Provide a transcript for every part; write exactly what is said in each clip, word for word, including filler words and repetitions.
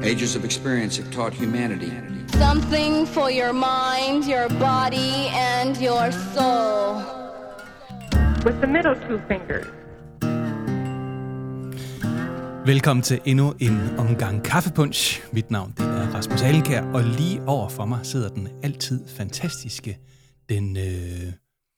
Ages of experience have taught humanity. Something for your mind, your body, and your soul. With the middle two fingers. Velkommen til endnu en omgang kaffepunch. Mit navn det er Rasmus Alenkær, og lige over for mig sidder den altid fantastiske, den øh,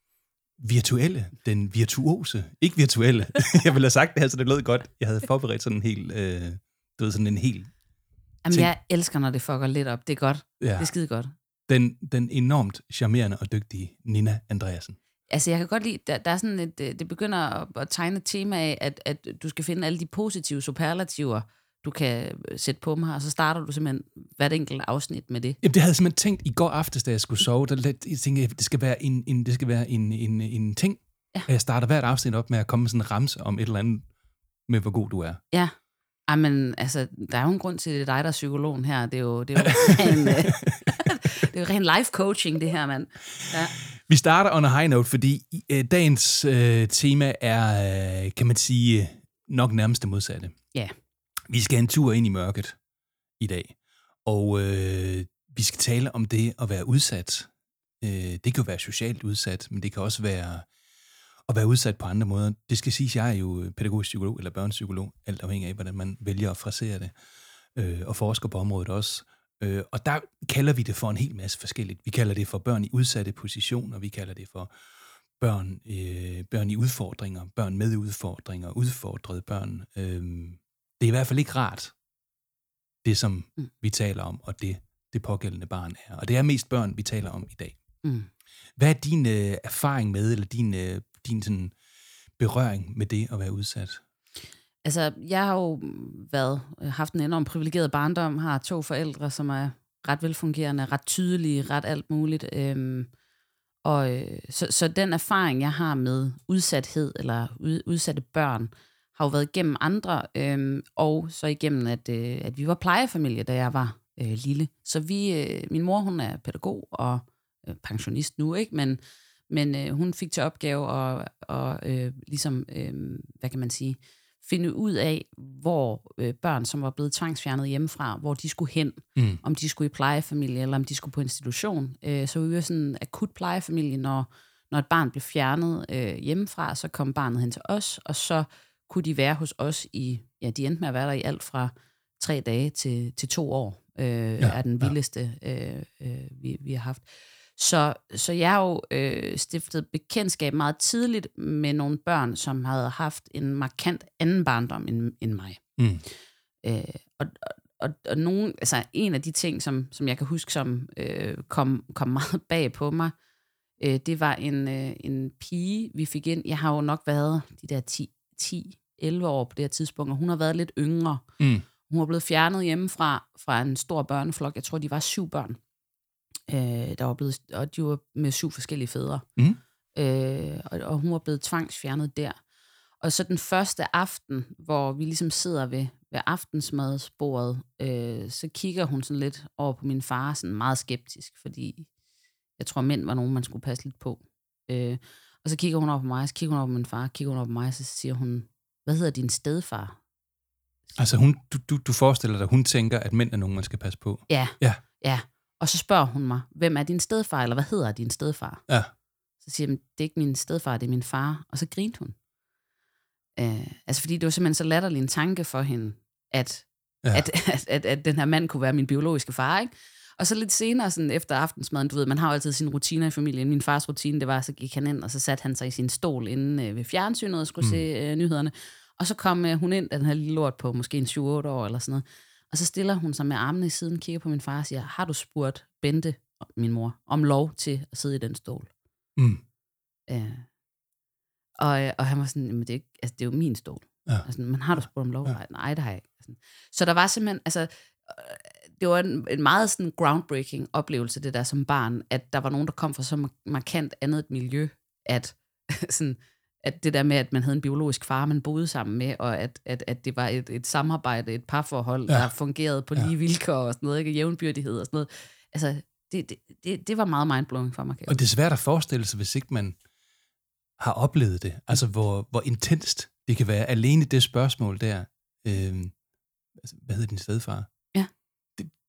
virtuelle, den virtuose, ikke virtuelle. Jeg ville have sagt det her, så det lød godt. Jeg havde forberedt sådan en helt, øh, du ved, sådan en helt Jamen, ting. jeg elsker, når det fucker lidt op. Det er godt. Ja. Det er skide godt. Den, den enormt charmerende og dygtige Nina Andreasen. Altså, jeg kan godt lide, der, der er sådan et, det begynder at, at tegne et tema af, at, at du skal finde alle de positive superlativer, du kan sætte på mig, og så starter du simpelthen hvert enkelt afsnit med det. Jamen, det havde jeg simpelthen tænkt i går aftes, da jeg skulle sove. Der, jeg tænkte, at det skal være en, en, det skal være en, en, en ting. Ja. Jeg starter hvert afsnit op med at komme med sådan en ramse om et eller andet med, hvor god du er. Ja. Jamen, altså, der er jo en grund til, at det er dig, der er psykologen her. Det er jo, det er jo ren, det er jo ren life coaching, det her, mand. Ja. Vi starter on a high note, fordi øh, dagens øh, tema er, øh, kan man sige, nok nærmest det modsatte. Ja. Vi skal en tur ind i mørket i dag, og øh, vi skal tale om det at være udsat. Øh, det kan jo være socialt udsat, men det kan også være at være udsat på andre måder. Det skal siges, jeg er jo pædagogisk psykolog eller børnepsykolog, alt afhængig af, hvordan man vælger at frasere det, øh, og forsker på området også. Øh, og der kalder vi det for en hel masse forskelligt. Vi kalder det for børn i udsatte positioner, vi kalder det for børn, øh, børn i udfordringer, børn med udfordringer, udfordrede børn. Øh, det er i hvert fald ikke rart, det som mm. vi taler om, og det, det pågældende barn er. Og det er mest børn, vi taler om i dag. Mm. Hvad er din øh, erfaring med, eller din, øh, din sådan, berøring med det at være udsat? Altså, jeg har jo været, haft en enormt privilegeret barndom, har to forældre, som er ret velfungerende, ret tydelige, ret alt muligt. Øhm, og øh, så, så den erfaring, jeg har med udsathed, eller ud, udsatte børn, har jo været igennem andre, øhm, og så igennem, at, øh, at vi var plejefamilie, da jeg var øh, lille. Så vi, øh, min mor, hun er pædagog og øh, pensionist nu, ikke? Men, men øh, hun fik til opgave at, og, øh, ligesom, øh, hvad kan man sige, finde ud af, hvor øh, børn, som var blevet tvangsfjernet hjemmefra, hvor de skulle hen, mm. om de skulle i plejefamilie, eller om de skulle på institution. Øh, så vi var sådan en akut plejefamilie, når, når et barn blev fjernet øh, hjemmefra, så kom barnet hen til os, og så kunne de være hos os i, ja, de endte med at være der i alt fra tre dage til, til to år, øh, ja, er den vildeste, ja. øh, øh, vi, vi har haft. Så, så jeg har jo øh, stiftet bekendtskab meget tidligt med nogle børn, som havde haft en markant anden barndom end, end mig. Mm. Øh, og, og, og nogle, altså en af de ting, som, som jeg kan huske, som øh, kom, kom meget bag på mig, øh, det var en, øh, en pige, vi fik ind. Jeg har jo nok været de der ti elleve år på det her tidspunkt, og hun har været lidt yngre. Mm. Hun var blevet fjernet hjemmefra fra en stor børneflok. Jeg tror, de var syv børn. Øh, der var blevet, og de var med syv forskellige fædre. Mm. Øh, og, og hun var blevet tvangsfjernet der. Og så den første aften, hvor vi ligesom sidder ved, ved aftensmadsbordet, øh, så kigger hun sådan lidt over på min far, sådan meget skeptisk, fordi jeg tror, mænd var nogen, man skulle passe lidt på. Øh, og så kigger hun over på mig, så kigger hun over på min far, kigger hun over på mig, så siger hun, hvad hedder din stedfar? Altså, hun, du, du, du forestiller dig, hun tænker, at mænd er nogen, man skal passe på. Ja, ja. ja. Og så spørger hun mig, hvem er din stedfar, eller hvad hedder din stedfar? Ja. Så siger hun, det er ikke min stedfar, det er min far. Og så grinte hun. Øh, altså, fordi det var simpelthen så latterlig en tanke for hende, at, ja. at, at, at, at den her mand kunne være min biologiske far, ikke? Og så lidt senere, sådan efter aftensmaden, du ved, man har jo altid sine rutiner i familien. Min fars rutine, det var, så gik han ind, og så satte han sig i sin stol inde øh, ved fjernsynet og skulle mm. se øh, nyhederne. Og så kom øh, hun ind, den her lille lort på måske en syv otte år eller sådan noget. Og så stiller hun sig med armene i siden, kigger på min far og siger, har du spurgt Bente, min mor, om lov til at sidde i den stol? Mm. Øh, og, og han var sådan, men det er, altså, det er jo min stol. Ja. Altså, men har du spurgt om lov? Ja. Nej, det har jeg ikke. Altså, så der var simpelthen, altså, det var en, en meget sådan groundbreaking oplevelse, det der som barn, at der var nogen, der kom fra så markant andet et miljø, at sådan, at det der med, at man havde en biologisk far, man boede sammen med, og at, at, at det var et, et samarbejde, et parforhold, ja. Der fungerede på lige ja. Vilkår og sådan noget, ikke? Jævnbyrdighed og sådan noget. Altså, det, det, det, det var meget mindblowing for mig. Og det er svært at forestille sig, hvis ikke man har oplevet det. Altså, hvor, hvor intenst det kan være. Alene det spørgsmål der, øh, hvad hedder din stedfar? Ja.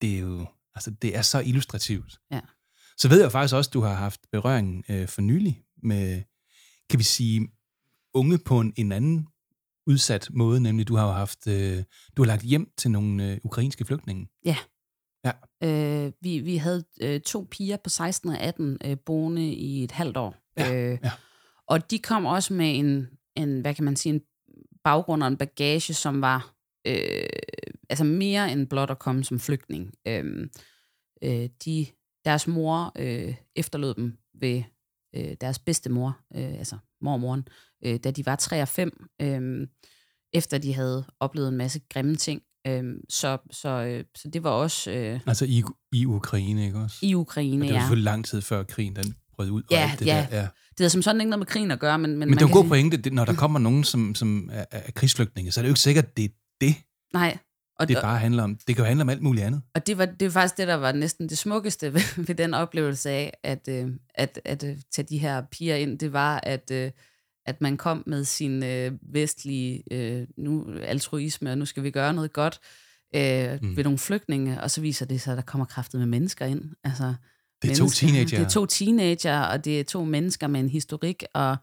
det er jo, altså det er så illustrativt. Ja. Så ved jeg faktisk også, at du har haft berøring øh, for nylig med, kan vi sige, unge på en, en anden udsat måde, nemlig du har jo haft, øh, du har lagt hjem til nogle øh, ukrainske flygtninge. Ja. Ja. Øh, vi, vi havde øh, to piger på seksten og atten øh, boende i et halvt år. Ja, øh, ja. Og de kom også med en, en, hvad kan man sige, en baggrund og en bagage, som var øh, altså mere end blot at komme som flygtning. Øh, øh, de, deres mor øh, efterlod dem ved øh, deres bedste mor, øh, altså mormoren, øh, da de var tre og fem, øh, efter de havde oplevet en masse grimme ting. Øh, så, så, øh, så det var også... Øh, altså i, i Ukraine, ikke også? I Ukraine, ja. Det var ja. selvfølgelig lang tid før krigen, den brød ud. Ja, og alt det ja. Der. ja. Det havde som sådan ikke noget med krigen at gøre, men... Men, men man det er jo god sige, pointe, det, når der kommer nogen, som, som er, er krigsflygtninge, så er det jo ikke sikkert, at det er det, nej. Og det bare handler om. Det kan jo handle om alt muligt andet. Og det var, det var faktisk det, der var næsten det smukkeste ved, ved den oplevelse af, at, øh, at, at, at tage de her piger ind, det var, at, øh, at man kom med sin øh, vestlige øh, nu, altruisme, og nu skal vi gøre noget godt øh, mm. ved nogle flygtninge, og så viser det sig, at der kommer kraftet med mennesker ind. Altså, det er to teenager. Det er to teenager, og det er to mennesker med en historik og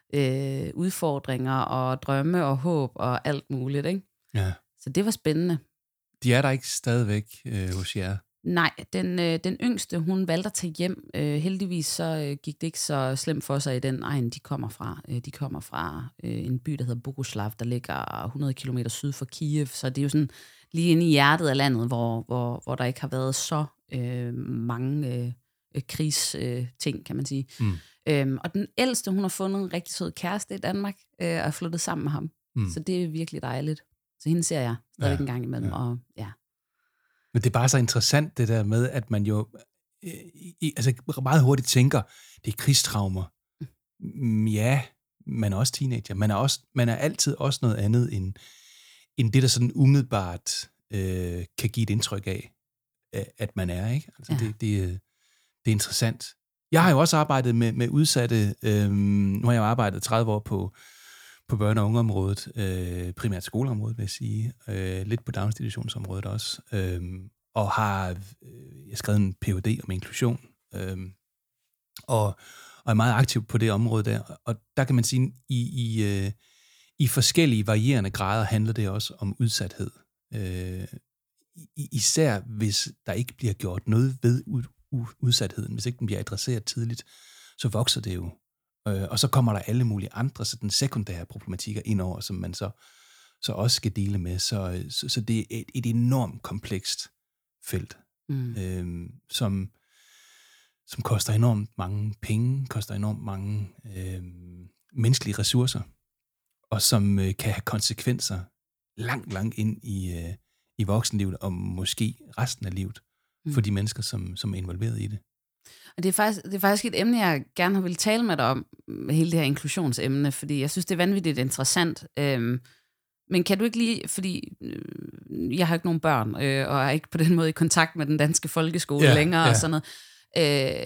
øh, udfordringer og drømme og håb og alt muligt, ikke? Ja. Så det var spændende. De er der ikke stadigvæk øh, hos jer? Nej, den, øh, den yngste, hun valgte at tage hjem. Øh, heldigvis så øh, gik det ikke så slemt for sig i den egen, de kommer fra. Øh, de kommer fra øh, en by, der hedder Boguslav, der ligger hundrede kilometer syd for Kiev. Så det er jo sådan lige inde i hjertet af landet, hvor, hvor, hvor der ikke har været så øh, mange øh, krigsting, øh, kan man sige. Mm. Øhm, og den ældste, hun har fundet en rigtig sød kæreste i Danmark, øh, og er flyttet sammen med ham. Mm. Så det er virkelig dejligt. Så hende ser jeg stadig ja, en gang imellem. Ja. Og, ja. Men det er bare så interessant, det der med, at man jo øh, i, altså meget hurtigt tænker, det er krigstraumer. Mm, ja, man er også teenager. Man er, også, man er altid også noget andet, end, end det, der sådan umiddelbart øh, kan give et indtryk af, at man er. Ikke? Altså, ja. det, det, det er interessant. Jeg har jo også arbejdet med, med udsatte. Øh, nu har jeg jo arbejdet tredive år på på børne- og ungeområdet, øh, primært skoleområdet, vil jeg sige, øh, lidt på daginstitutionsområdet også, øh, og har øh, jeg skrevet en P H D om inklusion, øh, og, og er meget aktiv på det område der, og der kan man sige, i, i, øh, i forskellige varierende grader handler det også om udsathed. Øh, især hvis der ikke bliver gjort noget ved udsatheden, hvis ikke den bliver adresseret tidligt, så vokser det jo. Og så kommer der alle mulige andre sådan sekundære problematikker indover, som man så, så også skal dele med. Så, så, så det er et, et enormt komplekst felt, mm. øhm, som, som koster enormt mange penge, koster enormt mange øhm, menneskelige ressourcer, og som øh, kan have konsekvenser langt, langt ind i, øh, i voksenlivet, og måske resten af livet, mm. for de mennesker, som, som er involveret i det. Og det er, faktisk, det er faktisk et emne, jeg gerne har ville tale med dig om, hele det her inklusionsemne, fordi jeg synes, det er vanvittigt interessant. Øhm, men kan du ikke lige, fordi øh, jeg har ikke nogen børn, øh, og er ikke på den måde i kontakt med den danske folkeskole ja, længere ja. og sådan noget. Øh,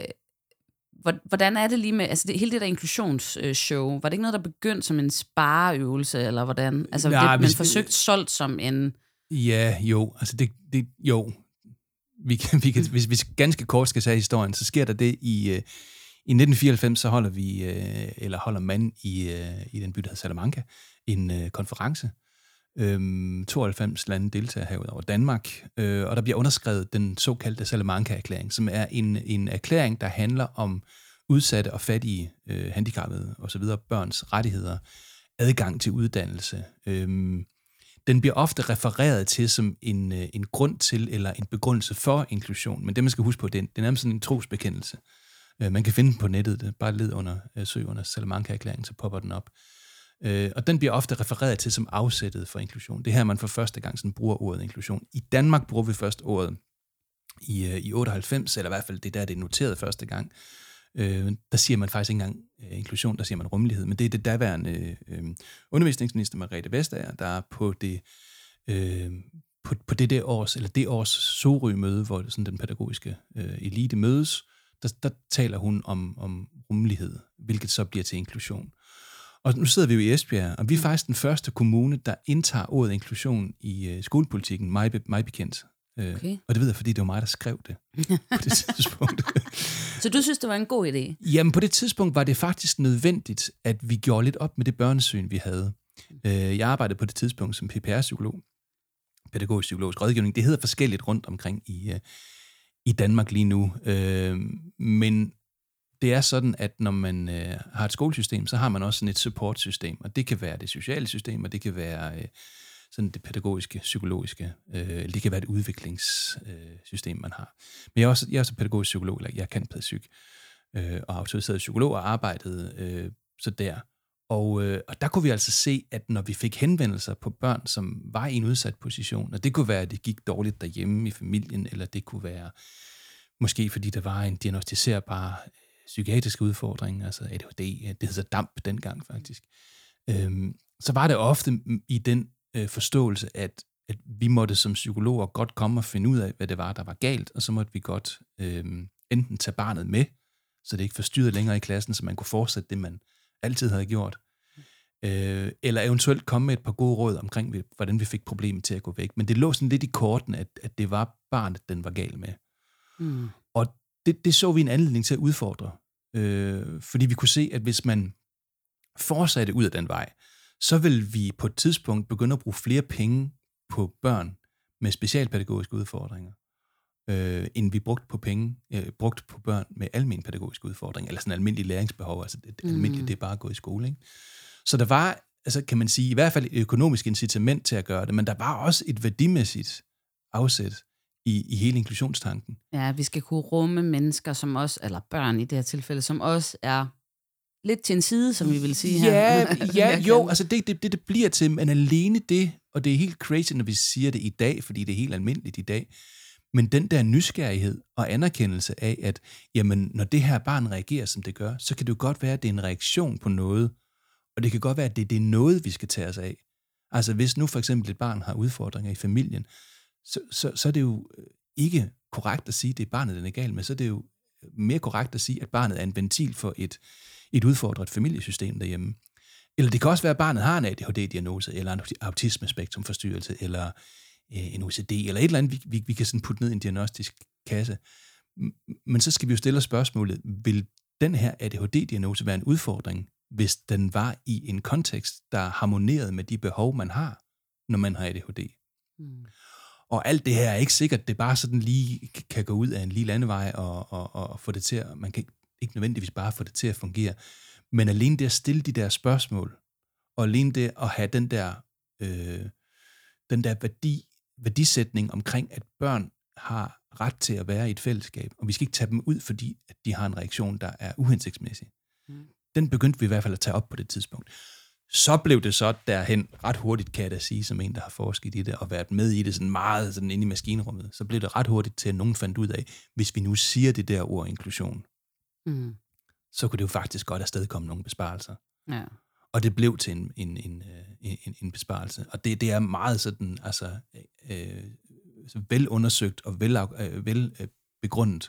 hvordan er det lige med, altså det, hele det der inklusionsshow, var det ikke noget, der begyndte som en spareøvelse, eller hvordan? Altså ja, det, man forsøgt solgt som en... Ja, jo, altså det, det jo... Vi kan, vi kan, hvis vi ganske kort skal sige historien, så sker der det i, uh, i nitten fireoghalvfems, så holder vi, uh, eller holder man i, uh, i den by, der hedder Salamanca, en uh, konference. Um, tooghalvfems lande deltager herudover Danmark, uh, og der bliver underskrevet den såkaldte Salamanca-erklæring, som er en, en erklæring, der handler om udsatte og fattige, uh, handicappede osv., børns rettigheder, adgang til uddannelse. Um, Den bliver ofte refereret til som en, en grund til, eller en begrundelse for inklusion. Men det, man skal huske på, det er, det er nærmest sådan en trosbekendelse. Man kan finde den på nettet, det bare led under, søg under Salamanca-erklæringen, så popper den op. Og den bliver ofte refereret til som afsættet for inklusion. Det er her, man for første gang sådan bruger ordet inklusion. I Danmark bruger vi først ordet i, i otteoghalvfems, eller i hvert fald det der, det er noteret første gang. Øh, der siger man faktisk ikke engang øh, inklusion, der siger man rummelighed, men det er det daværende øh, undervisningsminister Margrethe Vestager, der er på det øh, på, på det der års, eller det års Sorø-møde, hvor det, sådan den pædagogiske øh, elite mødes, der, der taler hun om, om rummelighed, hvilket så bliver til inklusion. Og nu sidder vi jo i Esbjerg, og vi er faktisk den første kommune, der indtager ordet inklusion i øh, skolepolitikken, mig, mig bekendt. Okay. Og det ved jeg, fordi det var mig, der skrev det på det tidspunkt. Så du synes, det var en god idé? Jamen, på det tidspunkt var det faktisk nødvendigt, at vi gjorde lidt op med det børnesyn, vi havde. Jeg arbejdede på det tidspunkt som P P R-psykolog, pædagogisk psykologisk rådgivning. Det hedder forskelligt rundt omkring i, i Danmark lige nu. Men det er sådan, at når man har et skolesystem, så har man også sådan et supportsystem, og det kan være det sociale system, og det kan være sådan det pædagogiske, psykologiske, øh, det kan være et udviklingssystem, øh, man har. Men jeg er også, jeg er også pædagogisk psykolog, eller jeg kan pædagogik, øh, og autoriseret psykolog, og arbejdede øh, så der. Og, øh, og der kunne vi altså se, at når vi fik henvendelser på børn, som var i en udsat position, og det kunne være, at det gik dårligt derhjemme i familien, eller det kunne være måske fordi der var en diagnostiserbar psykiatrisk udfordring, altså A D H D, det hedder DAMP dengang faktisk, øh, så var det ofte i den forståelse, at, at vi måtte som psykologer godt komme og finde ud af, hvad det var, der var galt, og så måtte vi godt øh, enten tage barnet med, så det ikke forstyrrede længere i klassen, så man kunne fortsætte det, man altid havde gjort, øh, eller eventuelt komme med et par gode råd omkring, hvordan vi fik problemet til at gå væk. Men det lå sådan lidt i korten, at, at det var barnet, den var gal med. Mm. Og det, det så vi en anledning til at udfordre, øh, fordi vi kunne se, at hvis man fortsatte ud af den vej, så vil vi på et tidspunkt begynde at bruge flere penge på børn med specialpædagogiske udfordringer, øh, end vi brugte på penge, øh, brugt på børn med almen pædagogiske udfordringer, eller sådan almindelige læringsbehov, altså det, mm. almindeligt, det er bare at gå i skole, ikke? Så der var, altså kan man sige, i hvert fald et økonomisk incitament til at gøre det, men der var også et værdimæssigt afsæt i, i hele inklusionstanken. Ja, vi skal kunne rumme mennesker, som også, eller børn i det her tilfælde, som også er lidt til en side, som vi vil sige her. Ja, ja jo, altså det, det, det, det bliver til, men alene det, og det er helt crazy, når vi siger det i dag, fordi det er helt almindeligt i dag, men den der nysgerrighed og anerkendelse af, at jamen, når det her barn reagerer, som det gør, så kan det jo godt være, at det er en reaktion på noget, og det kan godt være, at det, det er noget, vi skal tage os af. Altså hvis nu for eksempel et barn har udfordringer i familien, så, så, så er det jo ikke korrekt at sige, at det er barnet, den er gal med, så er det jo mere korrekt at sige, at barnet er en ventil for et et udfordret familiesystem derhjemme. Eller det kan også være, at barnet har en A D H D-diagnose, eller en autismespektrumforstyrrelse, eller en O C D, eller et eller andet, vi, vi, vi kan sådan putte ned i en diagnostisk kasse. Men så skal vi jo stille os spørgsmålet, vil den her A D H D-diagnose være en udfordring, hvis den var i en kontekst, der harmonerede med de behov, man har, når man har A D H D? Mm. Og alt det her er ikke sikkert, det bare sådan lige kan gå ud af en lige landevej og, og, og få det til at, man kan ikke nødvendigvis bare få det til at fungere, men alene det at stille de der spørgsmål, og alene det at have den der, øh, den der værdi, værdisætning omkring, at børn har ret til at være i et fællesskab, og vi skal ikke tage dem ud, fordi at de har en reaktion, der er uhensigtsmæssig. Mm. Den begyndte vi i hvert fald at tage op på det tidspunkt. Så blev det så derhen ret hurtigt, kan jeg da sige, som en, der har forsket i det, og været med i det sådan meget sådan inde i maskinrummet, så blev det ret hurtigt til, at nogen fandt ud af, hvis vi nu siger det der ord inklusion, mm. så kunne det jo faktisk godt afstedkomme nogle besparelser. Ja. Og det blev til en, en, en, en, en besparelse. Og det, det er meget sådan, altså, øh, velundersøgt og vel, øh, vel begrundet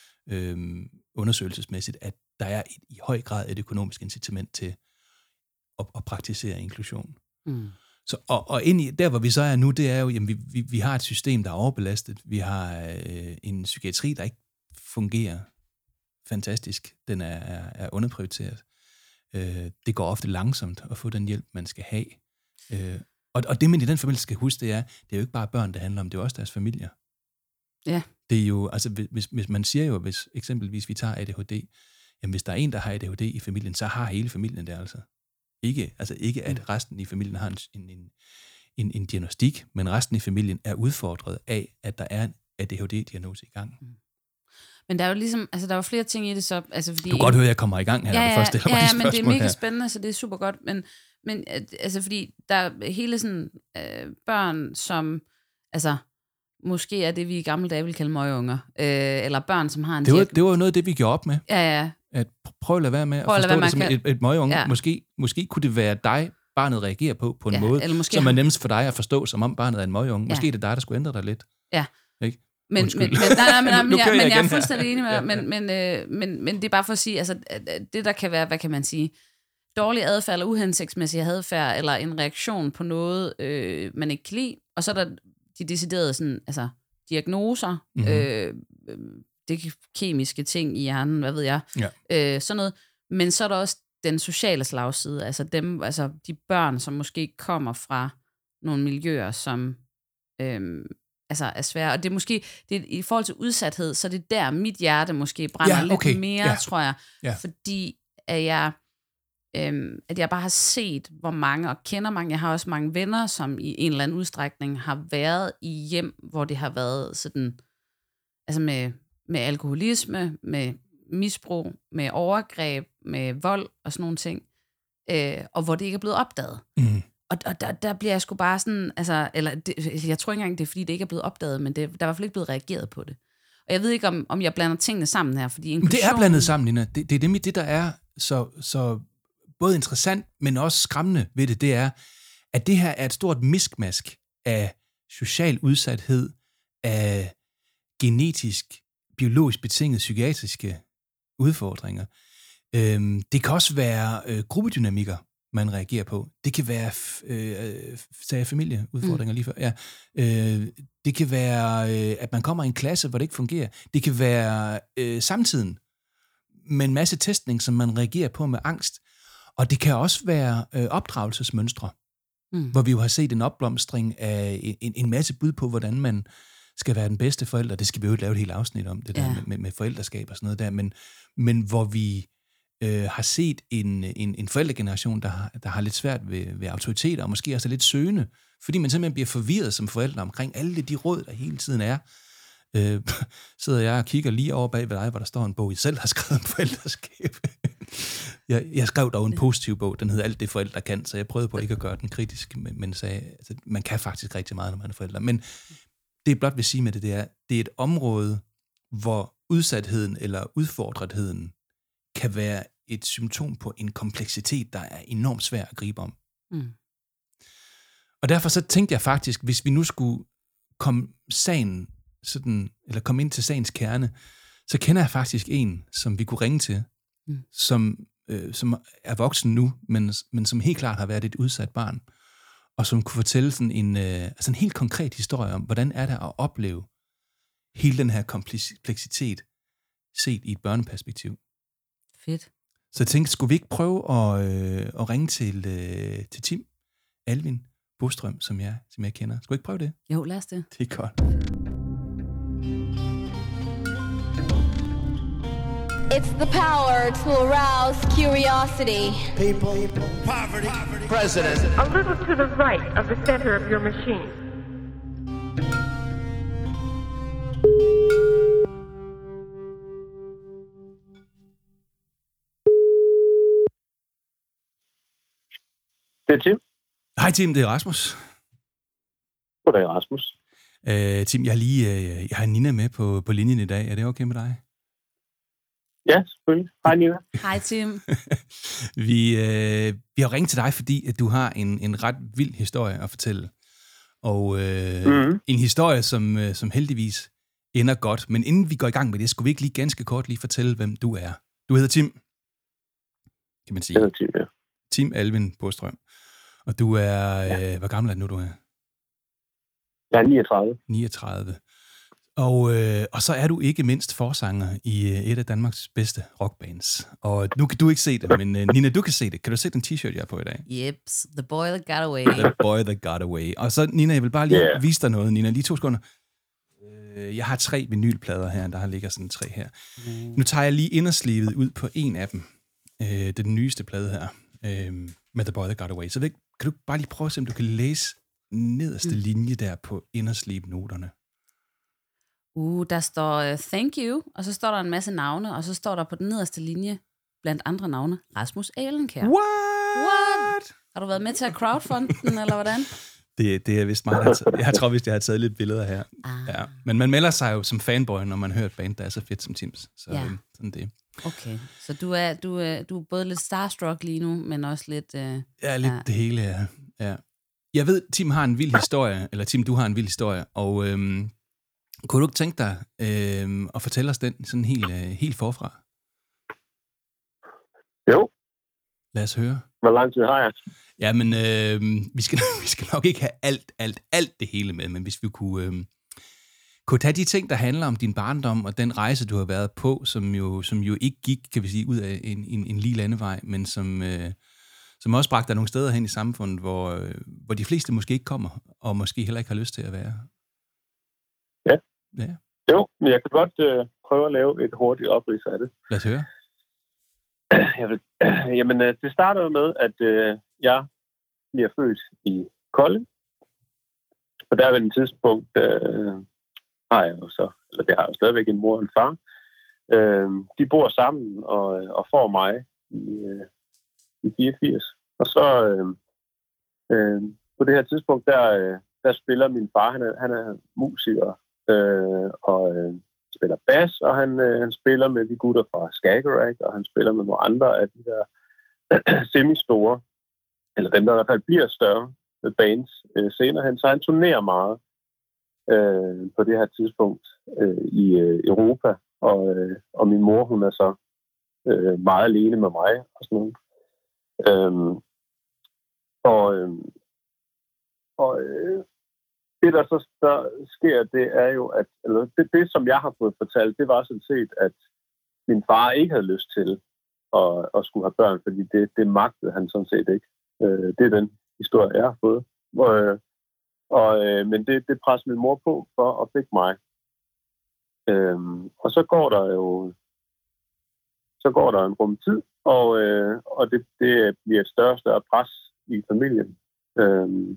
øh, undersøgelsesmæssigt, at der er i, i høj grad et økonomisk incitament til at, at praktisere inklusion. Mm. Så, og, og ind i, der, hvor vi så er nu, det er jo, jamen, vi, vi, vi har et system, der er overbelastet. Vi har øh, en psykiatri, der ikke fungerer fantastisk. Den er, er, er underprioriteret. Øh, det går ofte langsomt at få den hjælp, man skal have. Øh, og, og det, man i den forbindelse skal huske, det er, det er jo ikke bare børn, det handler om, det er også deres familier. Ja. Det er jo, altså, hvis, hvis man siger jo, hvis eksempelvis vi tager A D H D, jamen hvis der er en, der har A D H D i familien, så har hele familien det altså. Ikke, altså ikke at resten i familien har en, en, en, en diagnostik, men resten i familien er udfordret af, at der er en A D H D-diagnose i gang. Mm. Men der er jo ligesom, altså der er jo flere ting i det så, altså fordi... Du kan godt høre, at jeg kommer i gang her, ja, når du først stiller ja, mig de ja, spørgsmål men det er mega her. spændende, så det er super godt, men, men altså fordi der er hele sådan øh, børn, som, altså måske er det, vi i gamle dage ville kalde møgeunger, øh, eller børn, som har en... Det var, det var jo noget af det, vi gjorde op med. Ja, ja. At prøv at lade være med at prøv forstå at det som kan... et, et møgeunge. Ja. Måske, måske kunne det være dig, barnet reagerer på, på en ja, måde, som er nemmest for dig at forstå, som om barnet er en møgeunge. Måske ja. er det dig, der skulle ændre dig lidt. Ja. Ikke? Men, men, men, nej, nej, men, men, jeg, men jeg er fuldstændig enig med ja, ja. men, men, øh, men, men det er bare for at sige, altså det der kan være, hvad kan man sige, dårlig adfærd eller uhensigtsmæssig adfærd, eller en reaktion på noget, øh, man ikke kan lide, og så er der de deciderede sådan, altså diagnoser, Mhm. øh, det kemiske ting i hjernen, hvad ved jeg, Ja. øh, sådan noget. Men så er der også den sociale slagside, altså dem, altså de børn, som måske kommer fra nogle miljøer, som øh, altså er svære. Og det er måske, det er, i forhold til udsathed, så det er der, mit hjerte måske brænder Ja, okay. lidt mere, Ja. tror jeg. Ja. Fordi at jeg, øhm, at jeg bare har set, hvor mange, og kender mange, jeg har også mange venner, som i en eller anden udstrækning har været i hjem, hvor det har været sådan, altså med, med alkoholisme, med misbrug, med overgreb, med vold og sådan nogle ting, øh, og hvor det ikke er blevet opdaget. Mm. Og, og der, der bliver jeg sgu bare sådan, altså, eller det, jeg tror ikke engang, det er, fordi det ikke er blevet opdaget, men det, der er i hvert fald ikke blevet reageret på det. Og jeg ved ikke, om, om jeg blander tingene sammen her, fordi inklusion... Det er blandet sammen, Nina. Det, det er nemlig det, der er så, så både interessant, men også skræmmende ved det, det er, at det her er et stort miskmask af social udsathed, af genetisk, biologisk betingede psykiatriske udfordringer. Øhm, det kan også være øh, gruppedynamikker, man reagerer på. Det kan være øh, sagde familieudfordringer mm. lige før. Ja. Øh, det kan være, øh, at man kommer i en klasse, hvor det ikke fungerer. Det kan være øh, samtiden med en masse testning, som man reagerer på med angst. Og det kan også være øh, opdragelsesmønstre, mm. hvor vi jo har set en opblomstring af en, en masse bud på, hvordan man skal være den bedste forælder. Det skal vi jo lave et helt afsnit om, det der ja. med, med forældreskab og sådan noget der. Men, men hvor vi øh, har set en, en, en forældregeneration, der har, der har lidt svært ved, ved autoriteter, og måske også er lidt søgende, fordi man simpelthen bliver forvirret som forældre omkring alle de råd, der hele tiden er. Øh, sidder jeg og kigger lige over bag ved dig, hvor der står en bog, I selv har skrevet om forældreskab. jeg, jeg skrev dog en positiv bog, den hedder Alt det forældre kan, så jeg prøvede på ikke at gøre den kritisk, men, men sagde, altså, man kan faktisk rigtig meget, når man er forældre. Men det jeg blot vil sige med det, det er, det er et område, hvor udsatheden eller udfordretheden kan være et symptom på en kompleksitet, der er enormt svær at gribe om. Mm. Og derfor så tænkte jeg faktisk, hvis vi nu skulle komme sagen sådan, eller komme ind til sagens kerne, så kender jeg faktisk en, som vi kunne ringe til, mm. som, øh, som er voksen nu, men, men som helt klart har været et udsat barn, og som kunne fortælle sådan en, øh, altså en helt konkret historie om, hvordan er det at opleve hele den her kompleksitet set i et børneperspektiv. Fedt. Så jeg tænkte, skulle vi ikke prøve at, øh, at ringe til, øh, til Tim Alvin Bostrøm, som jeg, som jeg kender. Skal vi ikke prøve det? Jo, lad os det. Det er godt. It's the power to arouse curiosity. People, poverty, president. A little to the right of the center of your machine. Det er Tim. Hej Tim, det er Rasmus. Goddag, Rasmus. Øh, Tim, jeg har lige øh, jeg har Nina med på, på linjen i dag. Er det okay med dig? Ja, selvfølgelig. Hej Nina. Hej Tim. vi, øh, vi har ringet til dig, fordi at du har en, en ret vild historie at fortælle. Og øh, mm-hmm. en historie, som, øh, som heldigvis ender godt. Men inden vi går i gang med det, skulle vi ikke lige ganske kort lige fortælle, hvem du er. Du hedder Tim, kan man sige. Jeg hedder Tim, ja. Tim Alvin Bostrøm. Og du er, ja. øh, hvor gammel er du nu, du er? Jeg er niogtredive. niogtredive. Og, øh, og så er du ikke mindst forsanger i øh, et af Danmarks bedste rockbands. Og nu kan du ikke se det, men øh, Nina, du kan se det. Kan du se den t-shirt, jeg har på i dag? Jeps, The Boy That Got Away. The Boy That Got Away. Og så, Nina, jeg vil bare lige yeah. vise dig noget. Nina, lige to sekunder. Øh, jeg har tre vinylplader her, der ligger sådan tre her. Mm. Nu tager jeg lige inderslivet ud på en af dem. Øh, det er den nyeste plade her, øh, med The Boy That Got Away. Så kan du bare lige prøve at se, om du kan læse nederste mm. linje der på inderslive-noterne. Uh, der står uh, thank you, og så står der en masse navne, og så står der på den nederste linje, blandt andre navne, Rasmus Alenkær. What? What? Har du været med til at crowdfunde den, eller hvordan? Det, det er vist meget, jeg, taget, jeg tror vist, jeg har taget lidt billeder her. Ah. Ja. Men man melder sig jo som fanboy, når man hører et band, der er så fedt som Tims. Så ja. øhm, sådan det. Okay, så du er, du, er, du er både lidt starstruck lige nu, men også lidt... Øh, ja, lidt ja. det hele, ja. ja. Jeg ved, Tim har en vild historie, eller Tim, du har en vild historie, og øhm, kunne du ikke tænke dig øhm, at fortælle os den sådan helt, øh, helt forfra? Jo. Lad os høre. Hvor lang tid har jeg? Jamen, øh, vi, skal, vi skal nok ikke have alt, alt, alt det hele med, men hvis vi kunne, øh, kunne tage de ting, der handler om din barndom og den rejse, du har været på, som jo, som jo ikke gik, kan vi sige, ud af en, en, en lige landevej, men som, øh, som også bragte dig nogle steder hen i samfundet, hvor, øh, hvor de fleste måske ikke kommer, og måske heller ikke har lyst til at være. Ja. Ja. Jo, men jeg kan godt øh, prøve at lave et hurtigt oprids af det. Lad os høre. Jeg vil, øh, jamen, øh, det starter med, at øh, jeg bliver født i Kolding. Og der ved en tidspunkt øh, har jeg jo så, eller det har jeg jo stadigvæk en mor og en far. Øh, de bor sammen og, og får mig i, øh, i fireogfirs. Og så øh, øh, på det her tidspunkt, der, øh, der spiller min far, han er, han er musiker øh, og øh, spiller bas, og han, øh, han spiller med de gutter fra Skagerrak, og han spiller med nogle andre af de der semi-store, eller dem, der i hvert fald bliver større bands øh, senere hen. Så han turnerer meget øh, på det her tidspunkt øh, i øh, Europa, og, øh, og min mor, hun er så øh, meget alene med mig og sådan noget. Øhm, og øh, og øh, det, der så der sker, det er jo, at eller det, det, som jeg har fået fortalt, det var sådan set, at min far ikke havde lyst til at, at skulle have børn, fordi det, det magtede han sådan set ikke. Øh, det er den historie, jeg har fået. Og, og, øh, men det, det presser min mor på for at fik mig. Øhm, og så går der jo så går der en rum tid, og, øh, og det, det bliver et større og større pres i familien. Øhm,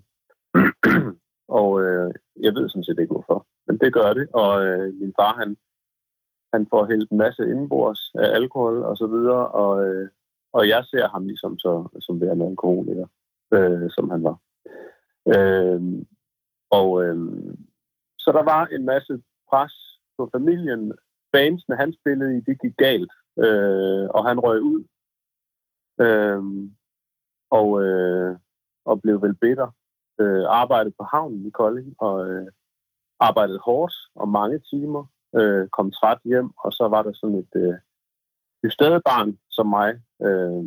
og øh, jeg ved sådan set ikke hvorfor, men det gør det. Og øh, min far, han, han får hældt en masse indenbords af alkohol og så videre, og, øh, og jeg ser ham ligesom så, som værende alkoholiker, øh, som han var. Øh, og øh, så der var en masse pres på familien. Bandsene, han spillede i, det gik galt, øh, og han røg ud. Øh, og, øh, og blev vel bitter. Øh, arbejdede på havnen i Kolding, og øh, arbejdede hårdt og mange timer. Øh, kom træt hjem, og så var der sådan et øh, justeret barn som mig, øh,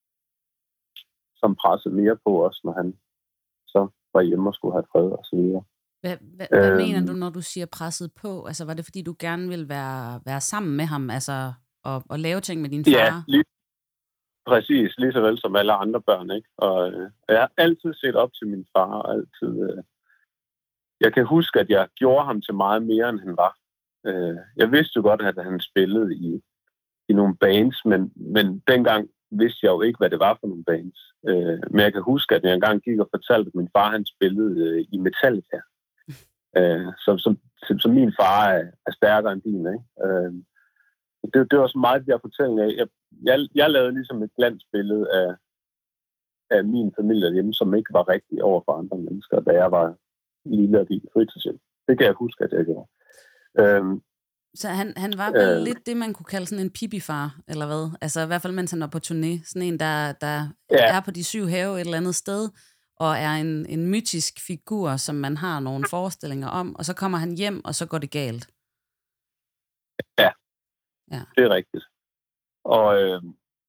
som pressede mere på os, når han så var hjemme og skulle have fred og så videre. Hvad, hvad, hvad øhm, mener du, når du siger presset på? Altså, var det fordi, du gerne ville være, være sammen med ham, altså, og, og lave ting med din far? Ja, lige, præcis. Lige så vel som alle andre børn, ikke? Og øh, jeg har altid set op til min far, og altid... Øh, jeg kan huske, at jeg gjorde ham til meget mere, end han var. Øh, jeg vidste jo godt, at han spillede i, i nogle bands, men, men dengang vidste jeg jo ikke, hvad det var for nogle bands. Øh, men jeg kan huske, at jeg engang gik og fortalte, at min far, han spillede øh, i Metallica. Øh, som, som, som min far er, er stærkere end din, ikke? Øh, det, det var så meget, jeg fortæller af. Jeg, jeg, jeg lavede ligesom et glansbillede af, af min familie hjemme, som ikke var rigtig over for andre mennesker, da jeg var lille og gik i fritidshjem. Det kan jeg huske, at jeg gjorde. Øh, Så han, han var vel øh, lidt det, man kunne kalde sådan en pipifar, eller hvad? Altså i hvert fald, mens han var på turné. Sådan en, der, der ja. er på de syv have et eller andet sted, og er en, en mytisk figur, som man har nogle forestillinger om, og så kommer han hjem, og så går det galt. Ja, ja. Det er rigtigt. Og, øh,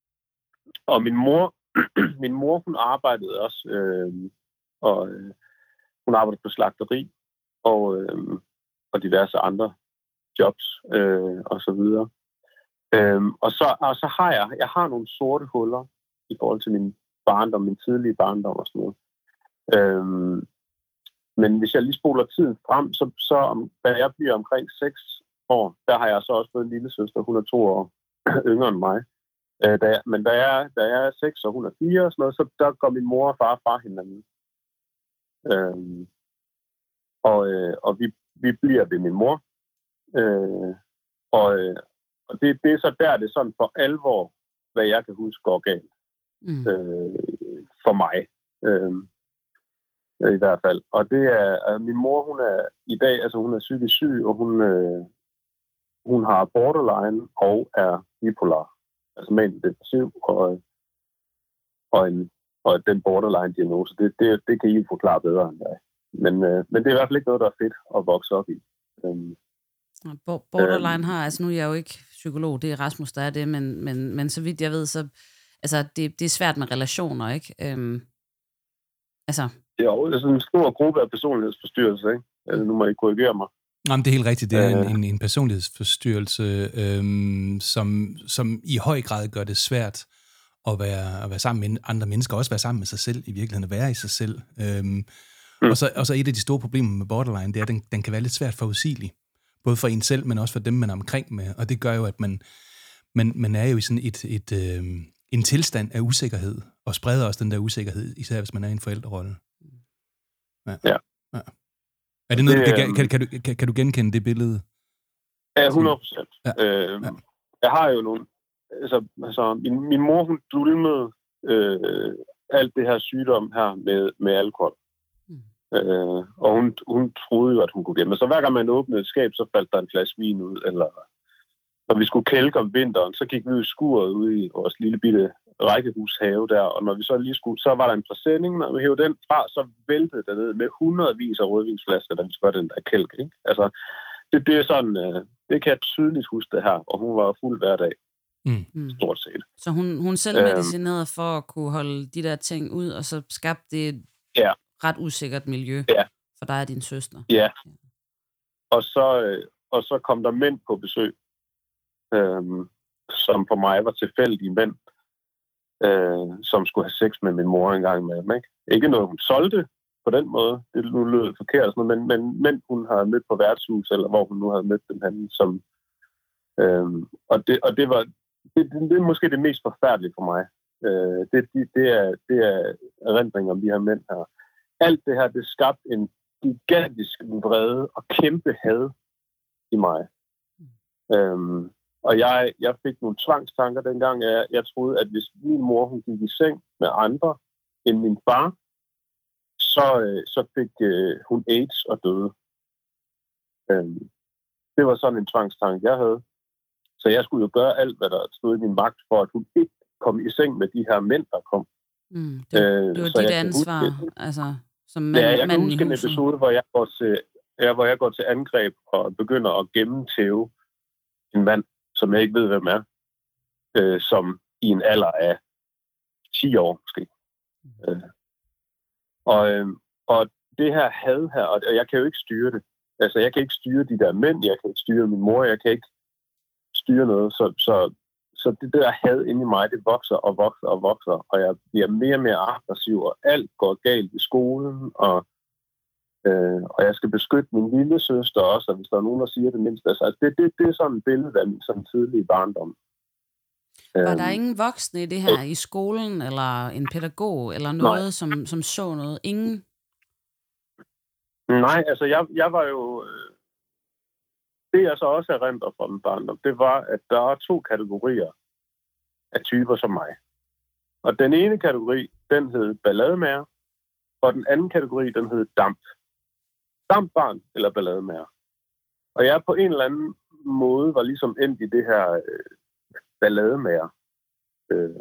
og min mor, min mor, hun arbejdede også, øh, og øh, hun arbejdede på slagteri, og, øh, og diverse andre jobs, øh, og så videre. Øh, og, så, og så har jeg, jeg har nogle sorte huller i forhold til min barndom, min tidlige barndom og sådan noget. Øhm, men hvis jeg lige spoler tiden frem, så, så om, da jeg bliver omkring seks år, der har jeg så også fået en lille søster, hun er to år yngre end mig. Øh, da jeg, men da jeg, da jeg er seks og hun er fire og sådan noget, så der går min mor og far fra hinanden. Øhm, og øh, og vi, vi bliver ved min mor. Øh, og øh, og det, det er så der, det er sådan for alvor, hvad jeg kan huske går galt. Mm. Øh, for mig. Øh, I hvert fald. Og det er, at min mor, hun er i dag, altså hun er psykisk syg, og hun, øh, hun har borderline og er bipolar. Altså med en depressiv og, og, en, og den borderline-diagnose. Det, det, det kan I forklare bedre end jeg. Men, øh, men det er i hvert fald ikke noget, der er fedt at vokse op i. Øhm, borderline har, altså nu er jeg jo ikke psykolog, det er Rasmus, der er det, men, men, men så vidt jeg ved, så altså det, det er svært med relationer, ikke? Øhm, altså... Jo, det er sådan en stor gruppe af personlighedsforstyrrelser, ikke? Altså, nu må I korrigere mig. Jamen, det er helt rigtigt. Det er en, en, en personlighedsforstyrrelse, øhm, som, som i høj grad gør det svært at være, at være sammen med andre mennesker, også være sammen med sig selv, i virkeligheden at være i sig selv. Øhm, mm. og, så, og så et af de store problemer med borderline, det er, at den, den kan være lidt svært forudsigelig. Både for en selv, men også for dem, man er omkring med. Og det gør jo, at man, man, man er jo i sådan et, et, øh, en tilstand af usikkerhed, og spreder også den der usikkerhed, især hvis man er i en forældrerolle. Ja. ja. ja. Er det noget, det, du kan, kan, kan, du, kan, kan du genkende det billede? Ja, hundrede procent. Ja. Øh, ja. Jeg har jo nogle... Altså, altså min, min mor, hun dulmede øh, alt det her sygdom her med, med alkohol. Mm. Øh, og hun, hun troede jo, at hun kunne gemme. Så hver gang man åbnede et skab, så faldt der en flaske vin ud. Eller når vi skulle kælke om vinteren, så gik vi ud i skuret ude i vores lille bitte rækkehushave der. Og når vi så lige skulle, så var der en præsending. Når vi hævde den fra, så væltede der ned med hundredvis af rødvinsflasker, da vi skulle have den der kælk. Ikke? Altså, det, det er sådan, øh, det kan jeg tydeligt huske det her. Og hun var fuld hver dag. Mm. Stort set. Så hun, hun selv medicinerede øhm, for at kunne holde de der ting ud, og så skabte det et ja. ret usikkert miljø ja. for dig og din søster. Ja. Og så, øh, og så kom der mænd på besøg, øhm, som for mig var tilfældige mænd, øh, som skulle have sex med min mor en gang med dem. Ikke, ikke noget, hun solgte på den måde. Det nu lød forkert, sådan noget, men, men mænd, hun havde mødt på værtshus, eller hvor hun nu havde mødt dem henne, som... Øhm, og, det, og det var... Det, det, det er måske det mest forfærdelige for mig. Øh, det, det, det, er, det er erindringer om de her mænd her. Alt det her, det skabte en gigantisk vrede og kæmpe had i mig. Øhm, og jeg, jeg fik nogle tvangstanker dengang. Jeg, jeg troede, at hvis min mor hun gik i seng med andre end min far, så, så fik øh, hun AIDS og døde. Øhm, det var sådan en tvangstanke, jeg havde. Så jeg skulle jo gøre alt, hvad der stod i min magt, for at hun ikke kom i seng med de her mænd, der kom. Mm, det, øh, det var dit ansvar, huske, altså, som mand, ja, jeg kan mand huske en episode, hvor jeg, går til, ja, hvor jeg går til angreb og begynder at gennemtæve en mand, som jeg ikke ved, hvem er, øh, som i en alder af ti år måske. Mm. Øh. Og, øh, og det her had her, og jeg kan jo ikke styre det. Altså, jeg kan ikke styre de der mænd, jeg kan ikke styre min mor, jeg kan ikke styre noget, så, så, så det der had inde i mig, det vokser og vokser og vokser, og jeg bliver mere og mere aggressiv, og alt går galt i skolen, og, øh, og jeg skal beskytte min lille søster også, og hvis der er nogen, der siger det mindst, altså det, det, det er sådan et billede af min sådan tidlige barndom. Var der ingen voksne i det her, i skolen, eller en pædagog, eller noget, som, som så noget? Ingen? Nej, altså jeg, jeg var jo... Øh, det jeg så også erindrer fra min barndom, det var, at der er to kategorier af typer som mig. Og den ene kategori, den hed ballademager, og den anden kategori, den hed damp. Dampbarn eller ballademager. Og jeg på en eller anden måde var ligesom endt i det her øh, ballademager. Øh,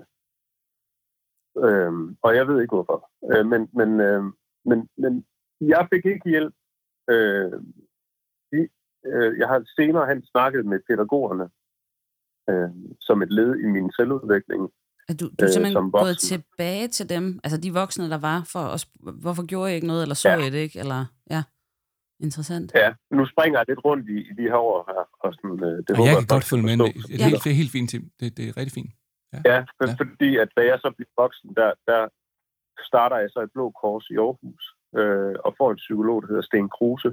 øh, og jeg ved ikke hvorfor. Øh, men, men, øh, men, men jeg fik ikke hjælp. Øh, de, øh, jeg har senere hen snakket med pædagogerne øh, som et led i min selvudvikling. Er du, du er simpelthen øh, gået tilbage til dem, altså de voksne, der var, for os, hvorfor gjorde I ikke noget, eller så ja. I det ikke? Eller, ja, interessant. Ja, nu springer jeg lidt rundt i, i de her år her. Og sådan, øh, det og jeg kan godt følge med. Det, det, ja. helt, det er helt fint, Tim. Det, det er rigtig fint. Ja, ja, for, ja, fordi at da jeg så bliver voksen, der, der starter jeg så et Blå Kors i Aarhus, øh, og får en psykolog, der hedder Sten Kruse,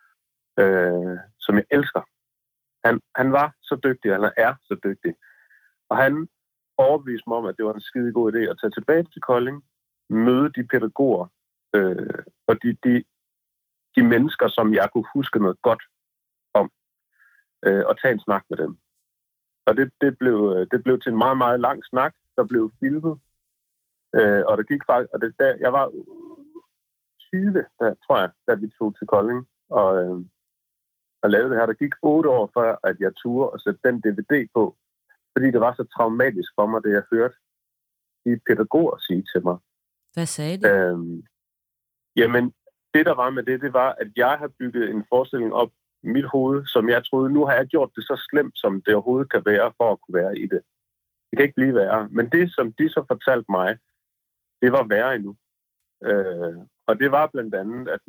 øh, som jeg elsker. Han, han var så dygtig, han er så dygtig. Og han overbeviste mig om, at det var en skide god idé at tage tilbage til Kolding, møde de pædagoger, øh, og de, de, de mennesker, som jeg kunne huske noget godt om, øh, og tage en snak med dem. Og det, det, blev, det blev til en meget, meget lang snak, der blev filmet. Øh, og det gik faktisk, og det, der, jeg var tyve, der, tror jeg, da vi tog til Kolding, og, øh, og lavede det her. Der gik otte år før, at jeg turde at sætte den D V D på, fordi det var så traumatisk for mig, det jeg hørte de pædagoger sige til mig. Hvad sagde de? Øhm, jamen, det der var med det, det var, at jeg har bygget en forestilling op i mit hoved, som jeg troede, nu har jeg gjort det så slemt, som det overhovedet kan være, for at kunne være i det. Det kan ikke blive værre. Men det, som de så fortalte mig, det var værre endnu. Øh, og det var blandt andet, at min,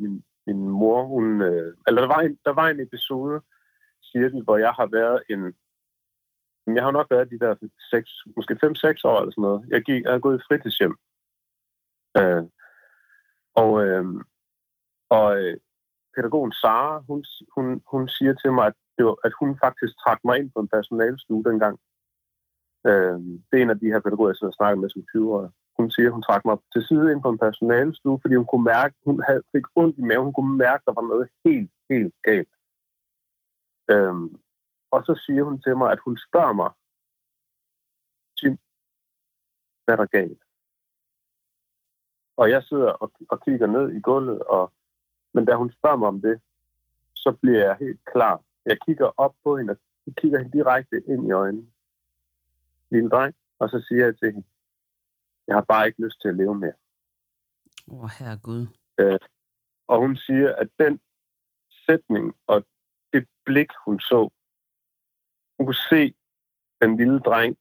min mor, hun... Øh, eller der var, en, der var en episode, cirkel, hvor jeg har været en... Jeg har nok været de der seks, måske fem seks år eller sådan noget. Jeg, gik, jeg har gået i fritidshjem. Øh, og øh, og øh, pædagogen Sara, hun, hun, hun siger til mig, at, det var, at hun faktisk trak mig ind på en personalestue dengang. Øh, det er en af de her pædagoger, jeg sidder og snakker med som tyve-årig. Hun siger, at hun trak mig til side ind på en personalestue, fordi hun kunne mærke, hun havde fik ondt i maven. Hun kunne mærke, at der var noget helt, helt galt. Øh, og så siger hun til mig, at hun spørger mig, Tim, hvad er der galt? Og jeg sidder og, og kigger ned i gulvet, og, men da hun spørger mig om det, så bliver jeg helt klar. Jeg kigger op på hende, og jeg kigger hende direkte ind i øjnene. Lille dreng, og så siger jeg til hende, jeg har bare ikke lyst til at leve mere. Åh, oh, herregud. Øh, og hun siger, at den sætning og det blik, hun så, hun kunne se den lille dreng,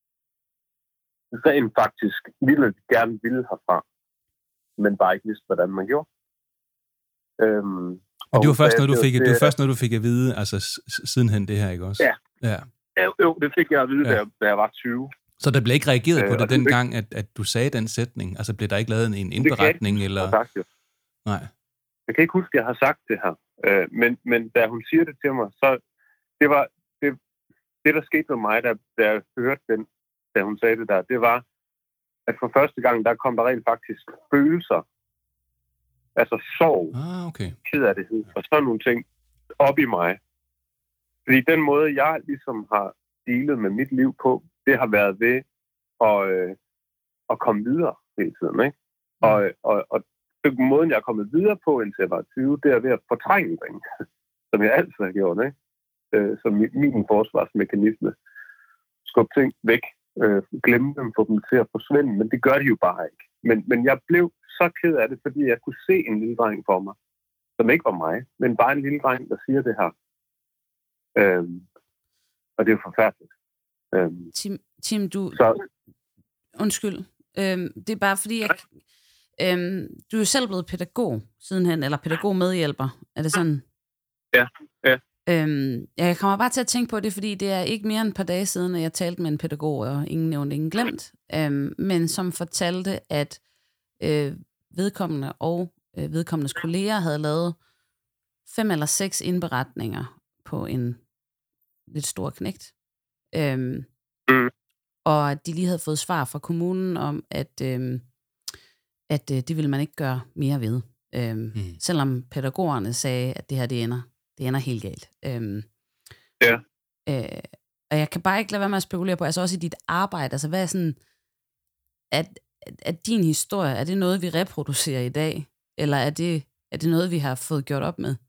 rent faktisk ville gerne ville herfra, men bare ikke vidste, hvordan man gjorde. Øhm, og det var først noget, du fik, det, det var først noget, du fik at vide, altså sidenhen det her, ikke også? Ja. Ja. Jo, jo, det fik jeg at vide, ja. da, jeg, da jeg var tyve. Så der blev ikke reageret øh, på det dengang, fik... at, at du sagde den sætning? Altså blev der ikke lavet en indberetning? Det eller? Sagt, jo. Nej. Jeg kan ikke huske, at jeg har sagt det her. Øh, men, men da hun siger det til mig, så det var det, det der skete med mig, da, da jeg hørte den, da hun sagde det der, det var, at for første gang, der kom der rent faktisk følelser, altså sorg, ah, okay. kederlighed og sådan nogle ting op i mig. Fordi den måde, jeg ligesom har dealet med mit liv på, det har været ved at, øh, at komme videre hele tiden, ikke? Og, og, og den måden, jeg er kommet videre på, indtil jeg var tyve, det er ved at fortrænge ting, som jeg altid har gjort, ikke? Øh, som min forsvarsmekanisme. Skubbe ting væk, øh, glemme dem, få dem til at forsvinde, men det gør de jo bare ikke. Men, men jeg blev så ked af det, fordi jeg kunne se en lille dreng for mig, som ikke var mig, men bare en lille dreng, der siger det her. Øhm, og det er jo forfærdeligt. Øhm, Tim, Tim, du... Så... Undskyld. Øhm, det er bare fordi, jeg... Øhm, du er jo selv blevet pædagog sidenhen, eller pædagogmedhjælper. Er det sådan? Ja, ja. Øhm, jeg kommer bare til at tænke på det, fordi det er ikke mere end et par dage siden, at jeg talte med en pædagog, og ingen nævnt, ingen glemt, øhm, men som fortalte, at øh, vedkommende og øh, vedkommendes kolleger havde lavet fem eller seks indberetninger på en lidt stor knægt. Øhm, mm. Og at de lige havde fået svar fra kommunen om, at, øhm, at øh, det ville man ikke gøre mere ved. Øhm, mm. Selvom pædagogerne sagde, at det her det ender, det ender helt galt. Øhm, ja. Øh, og jeg kan bare ikke lade være med at spekulere på, altså også i dit arbejde, altså hvad er sådan, at, at din historie, er det noget, vi reproducerer i dag? Eller er det, er det noget, vi har fået gjort op med?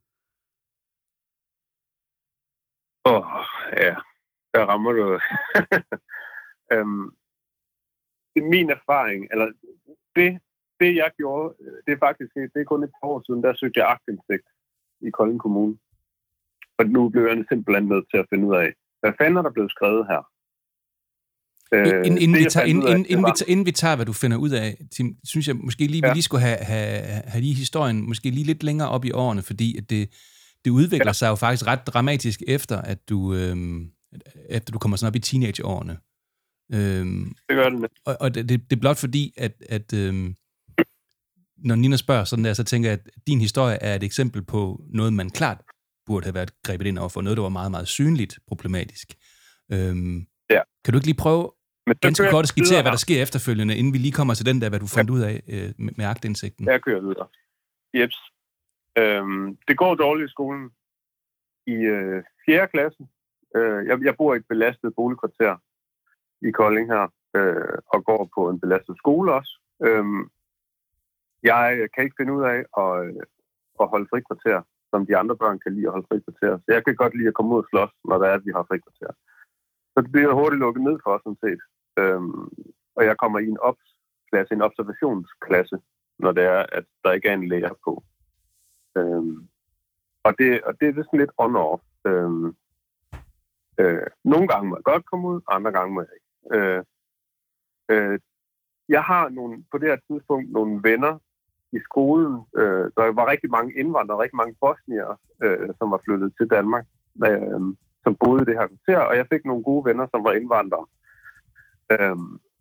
Åh, oh, ja. Der rammer du. øhm, det er min erfaring, eller det, det jeg gjorde, det er faktisk, det er kun et par år siden, der søgte jeg aktindsigt i Kolding Kommune. Og nu blev jeg simpelthen nødt til at finde ud af, hvad fanden er der blevet skrevet her? Øh, inden, inden, vi tager, inden, af, inden, var... vi tager, inden vi tager, hvad du finder ud af, Tim, synes jeg måske lige, ja. vi lige skulle have, have, have lige historien måske lige lidt længere op i årene, fordi at det, det udvikler ja. sig jo faktisk ret dramatisk efter, at du, øhm, efter du kommer sådan op i teenageårene. Øhm, det gør det. Og, og det, det er blot fordi, at, at øhm, når Nina spørger sådan der, så tænker jeg, at din historie er et eksempel på noget, man klart burde have været grebet ind over for, noget, der var meget, meget synligt problematisk. Øhm, ja. Kan du ikke lige prøve ganske kort at skitsere, hvad der sker efterfølgende, inden vi lige kommer til den der, hvad du fandt ja. ud af øh, med, med aktindsigten? Jeg kører videre. Jeps. Øhm, det går dårligt i skolen. I øh, fjerde klasse. Øh, jeg, jeg bor i et belastet boligkvarter i Kolding her, øh, og går på en belastet skole også. Øhm, jeg kan ikke finde ud af at, at holde frikvarter, som de andre børn kan lide at holde frikvarter. Så jeg kan godt lide at komme ud og slås, når der er, at vi har frikvarter. Så det bliver hurtigt lukket ned for os, sådan set. Øhm, og jeg kommer i en obs-klasse, en observationsklasse, når det er, at der ikke er en lærer på. Øhm, og, det, og det er sådan lidt on-off. Øhm, øh, nogle gange må jeg godt komme ud, andre gange må jeg ikke. Øh, øh, jeg har nogle, på det her tidspunkt nogle venner, i skolen, øh, der var rigtig mange indvandrere, rigtig mange bosniere, øh, som var flyttet til Danmark, øh, som boede i det her kvarter, og jeg fik nogle gode venner, som var indvandrere. Øh,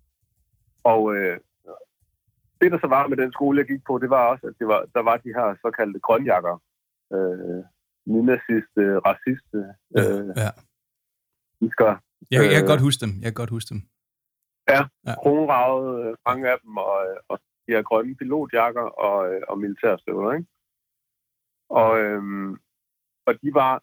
og øh, det, der så var med den skole, jeg gik på, det var også, at det var, der var de her såkaldte grønjakker. Øh, nynaziste, raciste. Øh, ja. Mennesker. Jeg, jeg kan godt huske dem. Jeg kan godt huske dem. Ja, ja. Kronragede, mange af dem, og, og de her grønne pilotjakker og, og militærstøvler, ikke? Og, øhm, og de var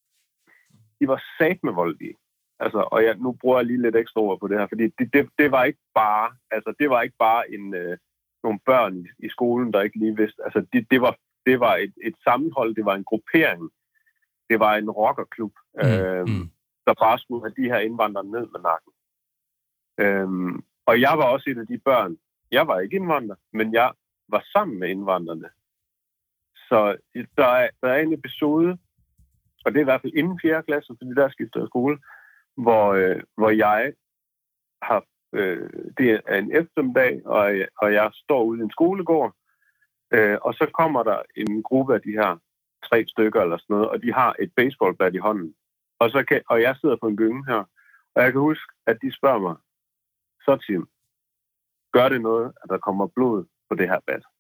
de var satme voldelige. Altså, og jeg, nu bruger jeg lige lidt ekstra ord på det her, fordi det, det, det var ikke bare, altså det var ikke bare en, øh, nogle børn i, i skolen, der ikke lige vidste, altså det, det var, det var et, et sammenhold, det var en gruppering, det var en rockerklub, mm, øh, mm. der bare skulle have de her indvandrere ned med nakken. Øhm, og jeg var også et af de børn, jeg var ikke indvandrer, men jeg var sammen med indvandrerne. Så der er, der er en episode, og det er i hvert fald inden fjerde klasse, fordi der skiftede jeg skole, hvor, øh, hvor jeg har, øh, det er en eftermiddag, og jeg, og jeg står ude i en skolegård, øh, og så kommer der en gruppe af de her tre stykker eller sådan noget, og de har et baseballbat i hånden. Og, så kan, og jeg sidder på en gynge her, og jeg kan huske, at de spørger mig, så Tim, gør det noget, at der kommer blod på det her bat?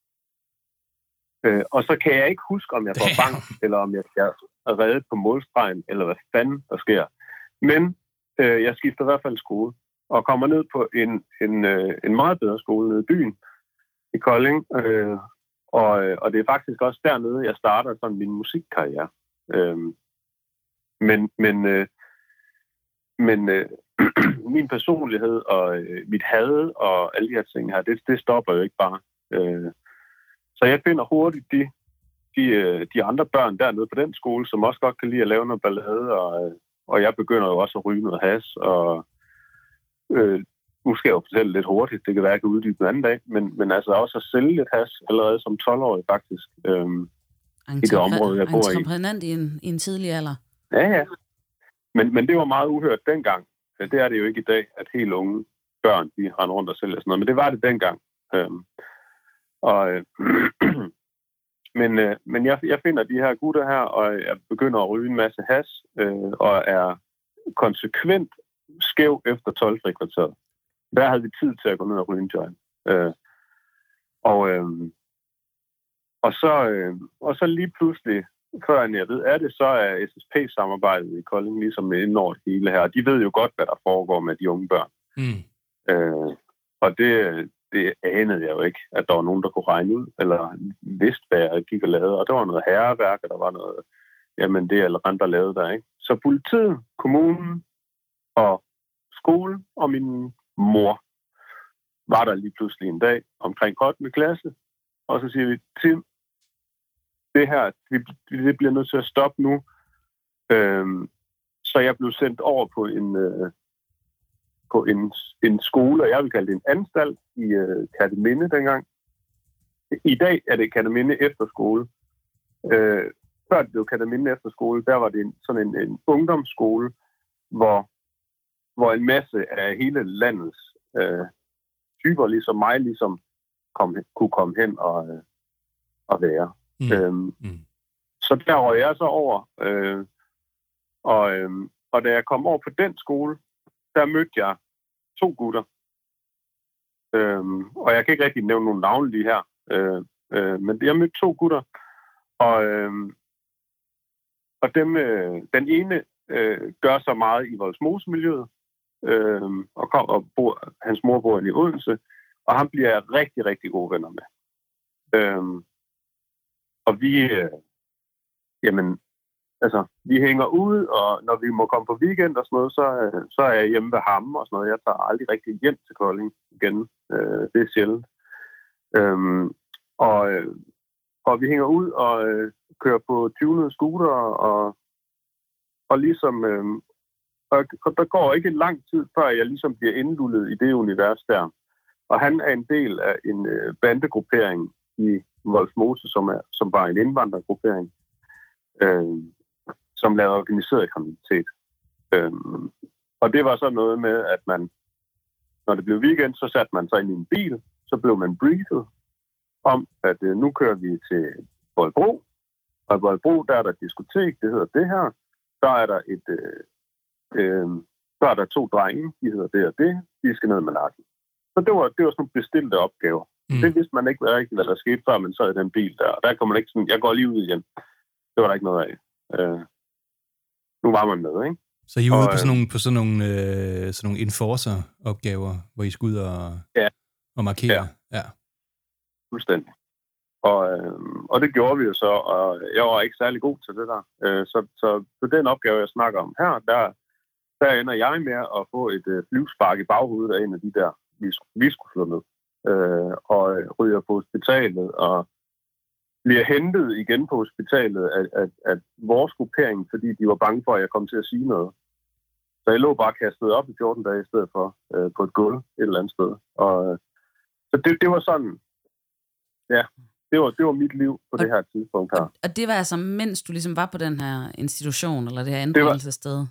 Øh, og så kan jeg ikke huske, om jeg får bank, eller om jeg skal redde på målstregen, eller hvad fanden der sker. Men øh, jeg skifter i hvert fald skole, og kommer ned på en, en, øh, en meget bedre skole nede i byen, i Kolding. Øh, og, og det er faktisk også dernede, jeg starter sådan min musikkarriere. Øh, men men, øh, men øh, min personlighed og øh, mit had og alle de her ting her, det, det stopper jo ikke bare. Øh, så jeg finder hurtigt de, de, de andre børn dernede på den skole, som også godt kan lide at lave noget ballade, og, og jeg begynder jo også at ryge noget has, og øh, nu skal jeg jo fortælle lidt hurtigt, det kan være, at jeg kan uddybe en anden dag, men, men altså også at sælge lidt has allerede som tolv-årig faktisk, øh, i det område, jeg bor i. Entreprenant i en, i en tidlig alder. Ja, ja. Men, men det var meget uhørt dengang. Det er det jo ikke i dag, at helt unge børn, de render rundt og sælger sådan noget, men det var det dengang. Øh, og øh, Men, øh, men jeg, jeg finder de her gutter her, og jeg begynder at ryge en masse has, øh, og er konsekvent skæv efter tolv-frikvarteret. Der havde vi tid til at gå ned og ryge en joint. Øh, og, øh, og, så, øh, og så lige pludselig, før jeg ved af det, så er S S P-samarbejdet i Kolding ligesom ind over det hele her. De ved jo godt, hvad der foregår med de unge børn. Mm. Øh, og det... Det anede jeg jo ikke, at der var nogen, der kunne regne ud, eller vidste, hvad jeg gik og lavede. Og der var noget herreværk, og der var noget, jamen det er alle andre, der lavede der, ikke? Så politiet, kommunen og skolen og min mor var der lige pludselig en dag omkring ottende klasse, og så siger vi, Tim, det her, vi, det bliver nødt til at stoppe nu. Øhm, så jeg blev sendt over på en... Øh, på en, en skole, og jeg vil kalde det en anstalt i øh, Kerteminde dengang. I dag er det Kerteminde Efterskole. Øh, før det blev Kerteminde Efterskole, der var det en, sådan en, en ungdomsskole, hvor, hvor en masse af hele landets øh, typer, ligesom mig, ligesom kom, kunne komme hen og, øh, og være. Mm. Øhm, mm. Så der røg jeg så over, øh, og, øh, og da jeg kom over på den skole, der mødte jeg to gutter. Øhm, og jeg kan ikke rigtig nævne nogen navne lige her. Øh, øh, men jeg mødte to gutter. Og, øh, og dem, øh, den ene øh, gør så meget i Vollsmose-miljøet. Øh, og, kom, og bor, hans mor bor i Odense. Og han bliver jeg rigtig, rigtig gode venner med. Øh, og vi... Øh, jamen... Altså, vi hænger ud, og når vi må komme på weekend og sådan noget, så, så er jeg hjemme ved ham og sådan noget. Jeg tager aldrig rigtig hjem til Kolding igen. Øh, det er sjældent. Øhm, og, og vi hænger ud og øh, kører på tunede scooter, og, og ligesom... Øh, og der går ikke lang tid, før jeg ligesom bliver indlullet i det univers der. Og han er en del af en øh, bandegruppering i Vollsmose, som, er, som var en indvandrergruppering. Øh, som lavede organiseret kriminalitet. Øhm, og det var så noget med, at man, når det blev weekend, så satte man sig ind i en bil, så blev man briefet, om, at øh, nu kører vi til Bolbro, og i Bolbro, der er der et diskotek, det hedder det her. Så er der et, øh, øh, så er der to drenge, de hedder det og det, de skal ned med nakken. Så det var, det var sådan nogle bestilte opgaver. Mm. Det vidste man ikke hvad, hvad der skete, før man sad i den bil der. Og der kom man ikke sådan, jeg går lige ud igen. Det var der ikke noget af. Øh, nu var man med, ikke? Så I er ude og, på sådan nogle, på sådan nogle, øh, sådan nogle enforcer-opgaver, hvor I skal ud og, ja. og markere? Ja. ja. Fuldstændig. Og, øh, og det gjorde vi jo så, og jeg var ikke særlig god til det der. Øh, så, så på den opgave, jeg snakker om her, der, der ender jeg med at få et øh, flyvspark i baghovedet af en af de der, vi, vi skulle slå ned. Øh, og ryger på hospitalet, og bliver hentet igen på hospitalet af, af, af vores gruppering, fordi de var bange for, at jeg kom til at sige noget. Så jeg lå bare kastet op i fjorten dage i stedet for øh, på et gulv et eller andet sted. Og, så det, det var sådan, ja, det var, det var mit liv på og, det her tidspunkt her. Og det var altså, mens du ligesom var på den her institution, eller det her anbringelsessted?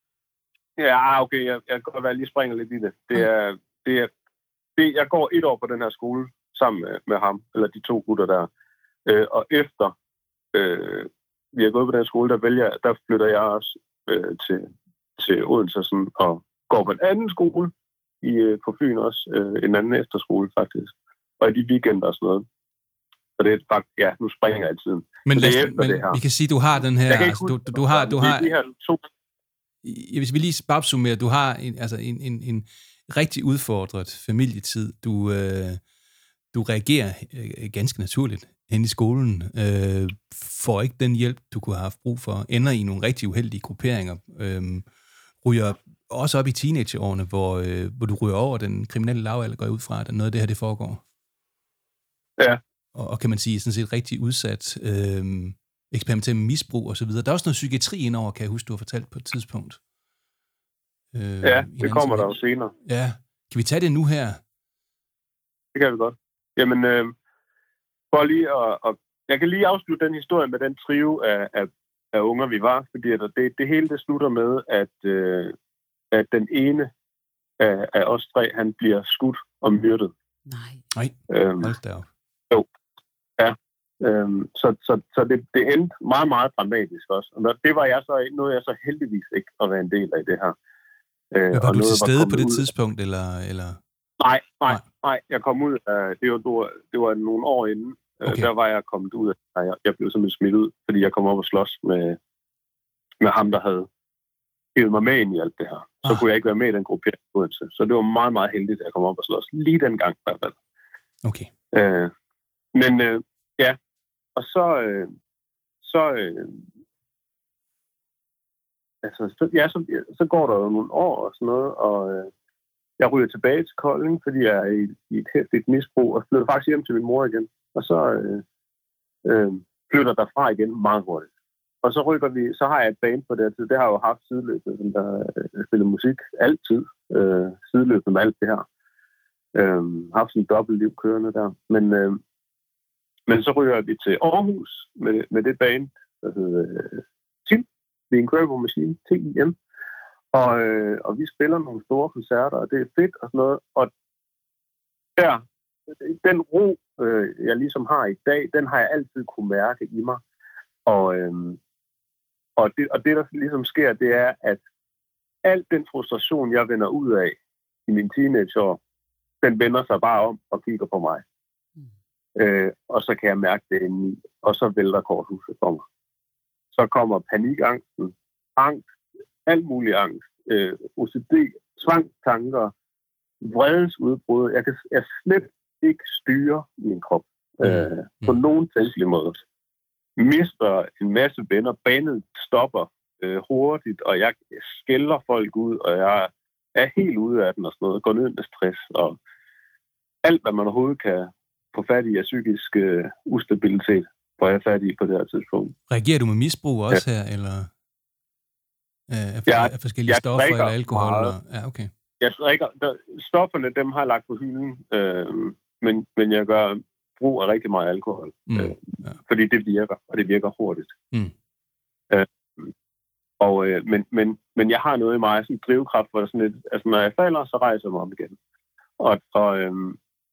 Ja, okay, jeg, jeg kan godt være, lige springer lidt i det. Det er, det er, det, jeg går et år på den her skole sammen med, med ham, eller de to gutter der. Øh, og efter øh, vi har gået på den skole, der vælger, der flytter jeg også øh, til, til Odense sådan, og går på en anden skole i, øh, på Fyn også, øh, en anden efterskole faktisk, og i de weekender og sådan noget. Så det er faktisk, ja, nu springer jeg altid. Men, lad, men vi kan sige, du har den her, altså, du, du, du har, du har, de her to. Hvis vi lige bare opsummerer, du har en, altså en, en, en rigtig udfordret familietid. Du, øh, du reagerer øh, ganske naturligt hen i skolen, øh, får ikke den hjælp, du kunne have haft brug for, ender i nogle rigtig uheldige grupperinger, øh, ryger også op i teenageårene, hvor, øh, hvor du ryger over den kriminelle lavalder, går ud fra, at noget af det her, det foregår. Ja. Og, og kan man sige, sådan set rigtig udsat, øh, eksperimentere med misbrug og så videre. Der er også noget psykiatri indover, kan jeg huske, du har fortalt på et tidspunkt. Øh, ja, det kommer der jo senere. Ja. Kan vi tage det nu her? Det kan vi godt. Jamen, øh, for lige at, at... Jeg kan lige afslutte den historie med den trio af, af, af unger, vi var, fordi det, det hele det slutter med, at, øh, at den ene af, af os tre, han bliver skudt og myrdet. Nej. Nej, øhm, hold da op. Jo, ja. Øhm, så så, så det, det endte meget, meget dramatisk også. Og det var jeg så, noget jeg så heldigvis ikke at være en del af det her. Øh, var du til stede på det ud... tidspunkt, eller... eller? Nej, nej, nej. Jeg kom ud af... Det var, det var, det var nogle år inden. Okay. Der var jeg kommet ud af... Jeg, jeg blev simpelthen smidt ud, fordi jeg kom op og slås med, med ham, der havde hævet mig med ind i alt det her. Så ah. kunne jeg ikke være med i den gruppering. Så det var meget, meget heldigt, at jeg kom op og slås. Lige den gang i hvert fald. Okay. Øh, men øh, ja, og så... Øh, så øh, altså, så, ja, så, så går der jo nogle år og sådan noget, og... Øh, Jeg ryger tilbage til Kolding, fordi jeg er i, i et hæftigt misbrug, og flytter faktisk hjem til min mor igen. Og så øh, øh, flytter derfra igen meget hurtigt. Og så rykker vi, så har jeg et band på det her. Det har jeg jo haft sideløbet, som der øh, spiller musik altid. Øh, sideløbet med alt det her. Øh, haft sådan et dobbeltliv kørende der. Men, øh, men så ryger vi til Aarhus med, med det band, der hedder øh, Tim, The Incredible Machine, T I M. Og, øh, og vi spiller nogle store koncerter, og det er fedt og sådan noget. Og der, den ro, øh, jeg ligesom har i dag, den har jeg altid kunne mærke i mig. Og, øh, og, det, og det, der ligesom sker, det er, at al den frustration, jeg vender ud af i mine teenageår, den vender sig bare om og kigger på mig. Mm. Øh, og så kan jeg mærke det indeni, og så vælter korthuset for mig. Så kommer panikangsten, angst, alt mulig angst, øh, O C D, tvangstanker, vredesudbrud. Jeg kan jeg slet ikke styre min krop øh, mm. på nogen tænkelig måde. Mister en masse venner, banen stopper øh, hurtigt, og jeg skælder folk ud, og jeg er helt ude af den og sådan noget, går ned med stress, og alt, hvad man overhovedet kan få fat i af psykisk øh, ustabilitet, hvor jeg er fat i på det her tidspunkt. Reagerer du med misbrug også ja. her, eller... Af, ja, af forskellige jeg stoffer eller alkohol? Eller? Ja, okay. Jeg drikker, der, stofferne, dem har jeg lagt på hylden, øh, men, men jeg gør brug af rigtig meget alkohol. Mm, øh, ja. Fordi det virker, og det virker hurtigt. Mm. Øh, og, øh, men, men, men jeg har noget i mig, sådan en drivkraft, hvor der sådan lidt, altså når jeg falder, så rejser jeg mig op igen. Og, og, øh,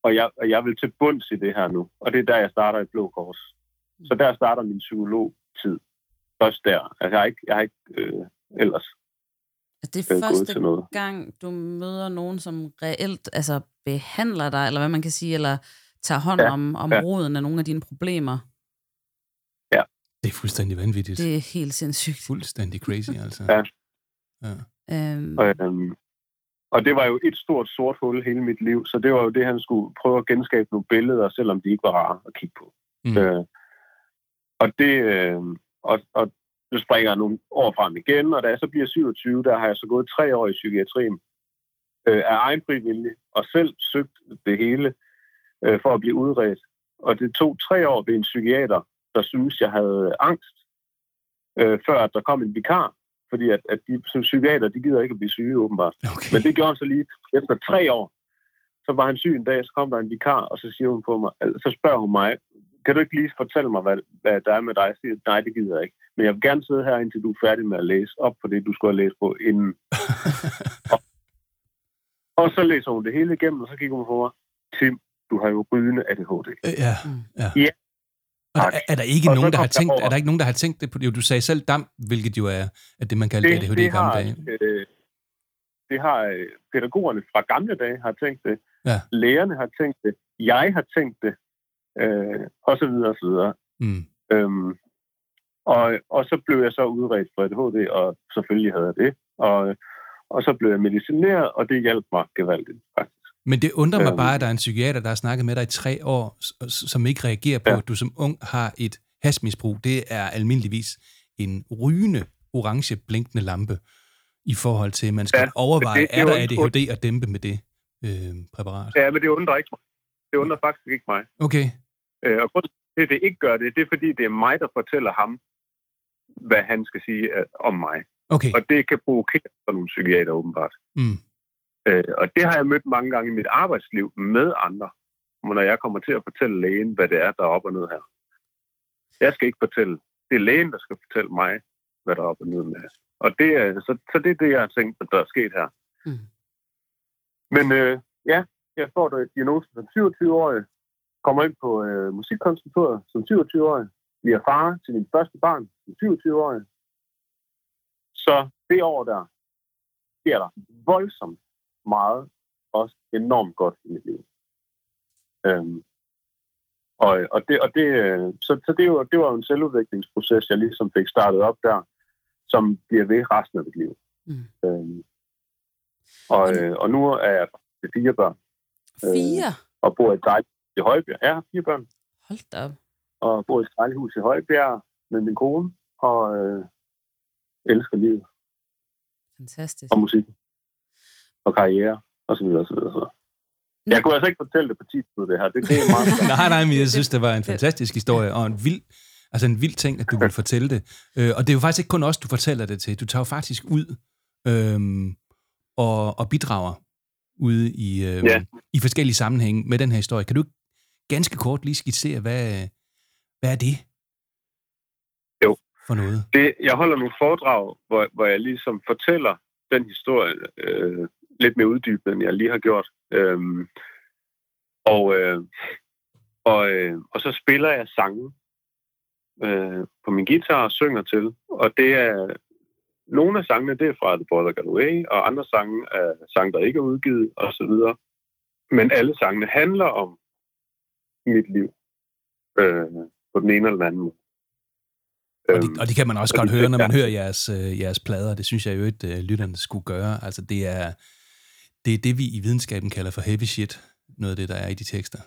og, jeg, og jeg vil til bunds i det her nu. Og det er der, jeg starter i Blå Kors. Så der starter min psykologtid. Først der. Altså, jeg har ikke, jeg har ikke øh, ellers det er første gang, du møder nogen, som reelt altså, behandler dig, eller hvad man kan sige, eller tager hånd ja, om, om ja. roden af nogle af dine problemer. Ja. Det er fuldstændig vanvittigt. Det er helt sindssygt. Fuldstændig crazy, altså. Ja. ja. Øhm. Og, øhm, og det var jo et stort sort hul hele mit liv, så det var jo det, han skulle prøve at genskabe nogle billeder, selvom de ikke var rare at kigge på. Mm. Øh, og det... Øh, og, og nu springer jeg nogle år frem igen, og da jeg så bliver syvogtyve, der har jeg så gået tre år i psykiatrien øh, af egen frivillig, og selv søgt det hele øh, for at blive udredt. Og det tog tre år ved en psykiater, der synes jeg havde angst, øh, før at der kom en vikar, fordi at, at de som psykiater, de gider ikke at blive syge, åbenbart. Okay. Men det gjorde han så lige efter tre år. Så var han syg en dag, så kom der en vikar, og så siger hun på mig, så spørger hun mig, kan du ikke lige fortælle mig, hvad, hvad der er med dig? Jeg siger, nej, det gider jeg ikke. Men jeg vil gerne sidde her, indtil du er færdig med at læse op på det, du skulle have læst på inden. og, og så læser hun det hele igennem, og så kigger hun på mig. Tim, du har jo rygende A D H D. Ja, ja. ja. Og er, er, der ikke nogen, der har tænkt, er der ikke nogen, der har tænkt det på det? Du sagde selv damp, hvilket jo er at det, man kalder A D H D i gamle dage. Øh, det har øh, pædagogerne fra gamle dage har tænkt det. Ja. Lærerne har tænkt det. Jeg har tænkt det. Øh, og så videre og så videre. Mm. Øhm, og, og så blev jeg så udredt for A D H D, og selvfølgelig havde jeg det. Og, og så blev jeg medicineret, og det hjalp mig gevaldigt, faktisk. Men det undrer mig øhm, bare, at der er en psykiater, der har snakket med dig i tre år, som ikke reagerer på, ja. at du som ung har et hashmisbrug. Det er almindeligvis en rygende, orange, blinkende lampe i forhold til, at man skal ja, overveje, det, det er der A D H D at dæmpe med det øh, præparat? Ja, men det undrer ikke mig. Det undrer faktisk ikke mig. Okay. Øh, og grunden til, at det ikke gør det, det er, fordi det er mig, der fortæller ham, hvad han skal sige uh, om mig. Okay. Og det kan provokere for nogle psykiater, åbenbart. Mm. Øh, og det har jeg mødt mange gange i mit arbejdsliv med andre, når jeg kommer til at fortælle lægen, hvad det er, der er op og ned her. Jeg skal ikke fortælle. Det er lægen, der skal fortælle mig, hvad der er op og ned med. Og det er, så, så det er det, jeg har tænkt, der er sket her. Mm. Men øh, ja, jeg får da et diagnose som syvogtyve-årig, kommer ind på øh, musikkonservatoriet som syvogtyve-årig, bliver far til min første barn som syvogtyve-årig. Så det år der, sker der voldsomt meget, også enormt godt i mit liv. Øhm, og, og, det, og det, så, så det, var, det var jo en selvudviklingsproces, jeg ligesom fik startet op der, som bliver ved resten af mit liv. Mm. Øhm, og, øh, og nu er jeg fire børn. Fire? Øh, og bor i et dejligt i Højbjerg. Ja, fire børn. Hold da op. Og bor i et dejligt hus i Højbjerg med min kone, og øh, elsker livet. Fantastisk. Og musik. Og karriere, og så videre, og så videre. Så. Jeg kunne altså ikke fortælle det på ti minutter, det her. Det, det er meget nej, nej, men jeg synes, det var en fantastisk historie, og en vild, altså en vild ting, at du vil fortælle det. Øh, og det er jo faktisk ikke kun os, du fortæller det til. Du tager jo faktisk ud øhm, og, og bidrager ude i, øhm, ja. i forskellige sammenhænge med den her historie. Kan du ganske kort lige skitsere, hvad, hvad er det? Jo. For noget? Det, jeg holder nogle foredrag, hvor, hvor jeg ligesom fortæller den historie øh, lidt mere uddybet, end jeg lige har gjort. Øhm, og, øh, og, øh, og så spiller jeg sange øh, på min guitar og synger til. Og det er nogle af sangene, det er fra The Boy That Got Away, og andre sange er sange, der ikke er udgivet, og så videre. Men alle sangene handler om mit liv øh, på den ene eller den anden måde. Og det, og det kan man også godt høre, når man hører jeres, øh, jeres plader. Det synes jeg jo ikke, at lytterne skulle gøre. Altså, det er, det er det, vi i videnskaben kalder for heavy shit. Noget af det, der er i de tekster.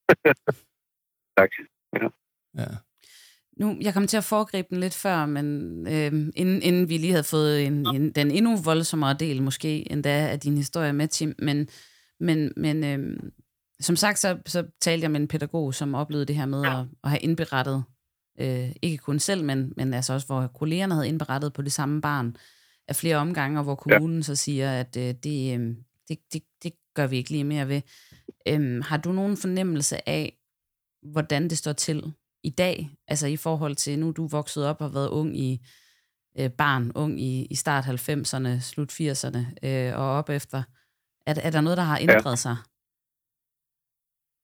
Tak. Ja. Ja. Nu, jeg kom til at foregribe den lidt før, men øh, inden, inden vi lige havde fået en, en, den endnu voldsommere del, måske endda af din historie med, Tim. Men, men, men øh, som sagt, så, så talte jeg med en pædagog, som oplevede det her med at, at have indberettet, øh, ikke kun selv, men, men altså også, hvor kollegerne havde indberettet på det samme barn af flere omgange, og hvor kommunen ja. så siger, at øh, det, øh, det, det, det gør vi ikke lige mere ved. Øh, har du nogen fornemmelse af, hvordan det står til i dag, altså i forhold til, nu er du vokset op og har været ung i øh, barn, ung i, i start halvfemserne, slut firserne øh, og op efter. Er, er der noget, der har ændret ja. sig?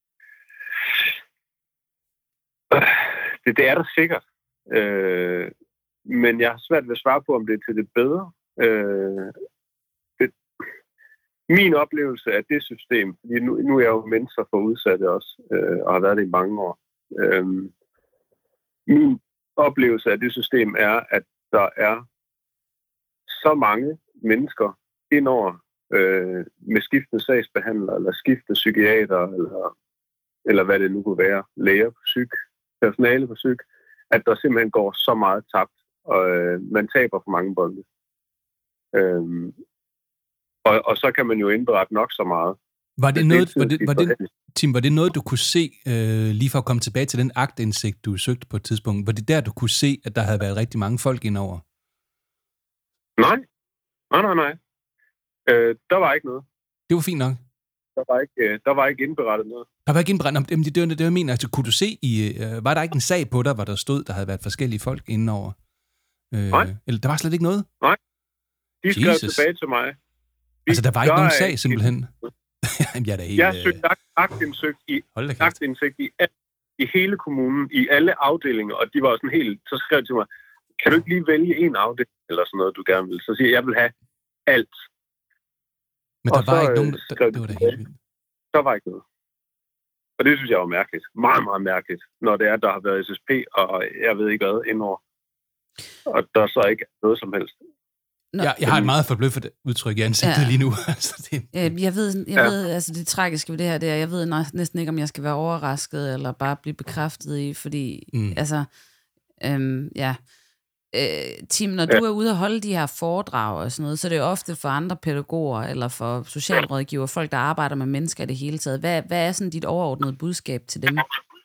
det, det er der sikkert. Øh, men jeg har svært ved at svare på, om det er til det bedre. Øh, det, min oplevelse af det system, fordi nu, nu er jeg jo mennesker for udsatte også, øh, og har været det i mange år. Øh, min oplevelse af det system er, at der er så mange mennesker indover øh, med skiftende sagsbehandlere, eller skiftende psykiater, eller, eller hvad det nu kunne være, læger på psyk, personale på psyk, at der simpelthen går så meget tabt, og øh, man taber for mange bolde. Øhm, og, og så kan man jo indberette nok så meget. Var det noget, var det, var det, Tim, var det noget, du kunne se, øh, lige for at komme tilbage til den aktindsigt, du søgte på et tidspunkt, var det der, du kunne se, at der havde været rigtig mange folk indover? Nej. Nej, nej, nej. Øh, der var ikke noget. Det var fint nok. Der var ikke, øh, der var ikke indberettet noget. Der var ikke indberettet? Jamen, det, det, det, det jeg mener. Altså, kunne du se, i, øh, var der ikke en sag på dig, hvor der stod, der havde været forskellige folk indenover? Øh, nej. Eller der var slet ikke noget? Nej. De skrev Jesus. tilbage til mig. Vi altså, der var ikke nogen sag, simpelthen? Jamen, jeg, helt, jeg har søgt aktindsigt i, aktindsigt i, i hele kommunen, i alle afdelinger, og de var sådan helt, så skrev de til mig, kan du ikke lige vælge en afdeling, eller sådan noget, du gerne vil? Så siger jeg, jeg vil have alt. Men der og var så, ikke nogen, der, det var da helt vildt. Der var ikke noget. Og det synes jeg var mærkeligt. Meget, meget mærkeligt, når det er, der har været S S P, og jeg ved ikke hvad, indover. Og der så ikke noget som helst. Jeg, jeg har et meget forbløffet udtryk i ansigtet ja. lige nu. altså, det... Jeg ved, jeg ja. ved, altså det tragiske ved det her, det er, jeg ved næsten ikke, om jeg skal være overrasket, eller bare blive bekræftet i, fordi, mm. altså, øhm, ja, øh, Tim, når ja. du er ude og holde de her foredrag og sådan noget, så er det jo ofte for andre pædagoger, eller for socialrådgiver, folk, der arbejder med mennesker i det hele taget. Hvad, hvad er sådan dit overordnede budskab til dem?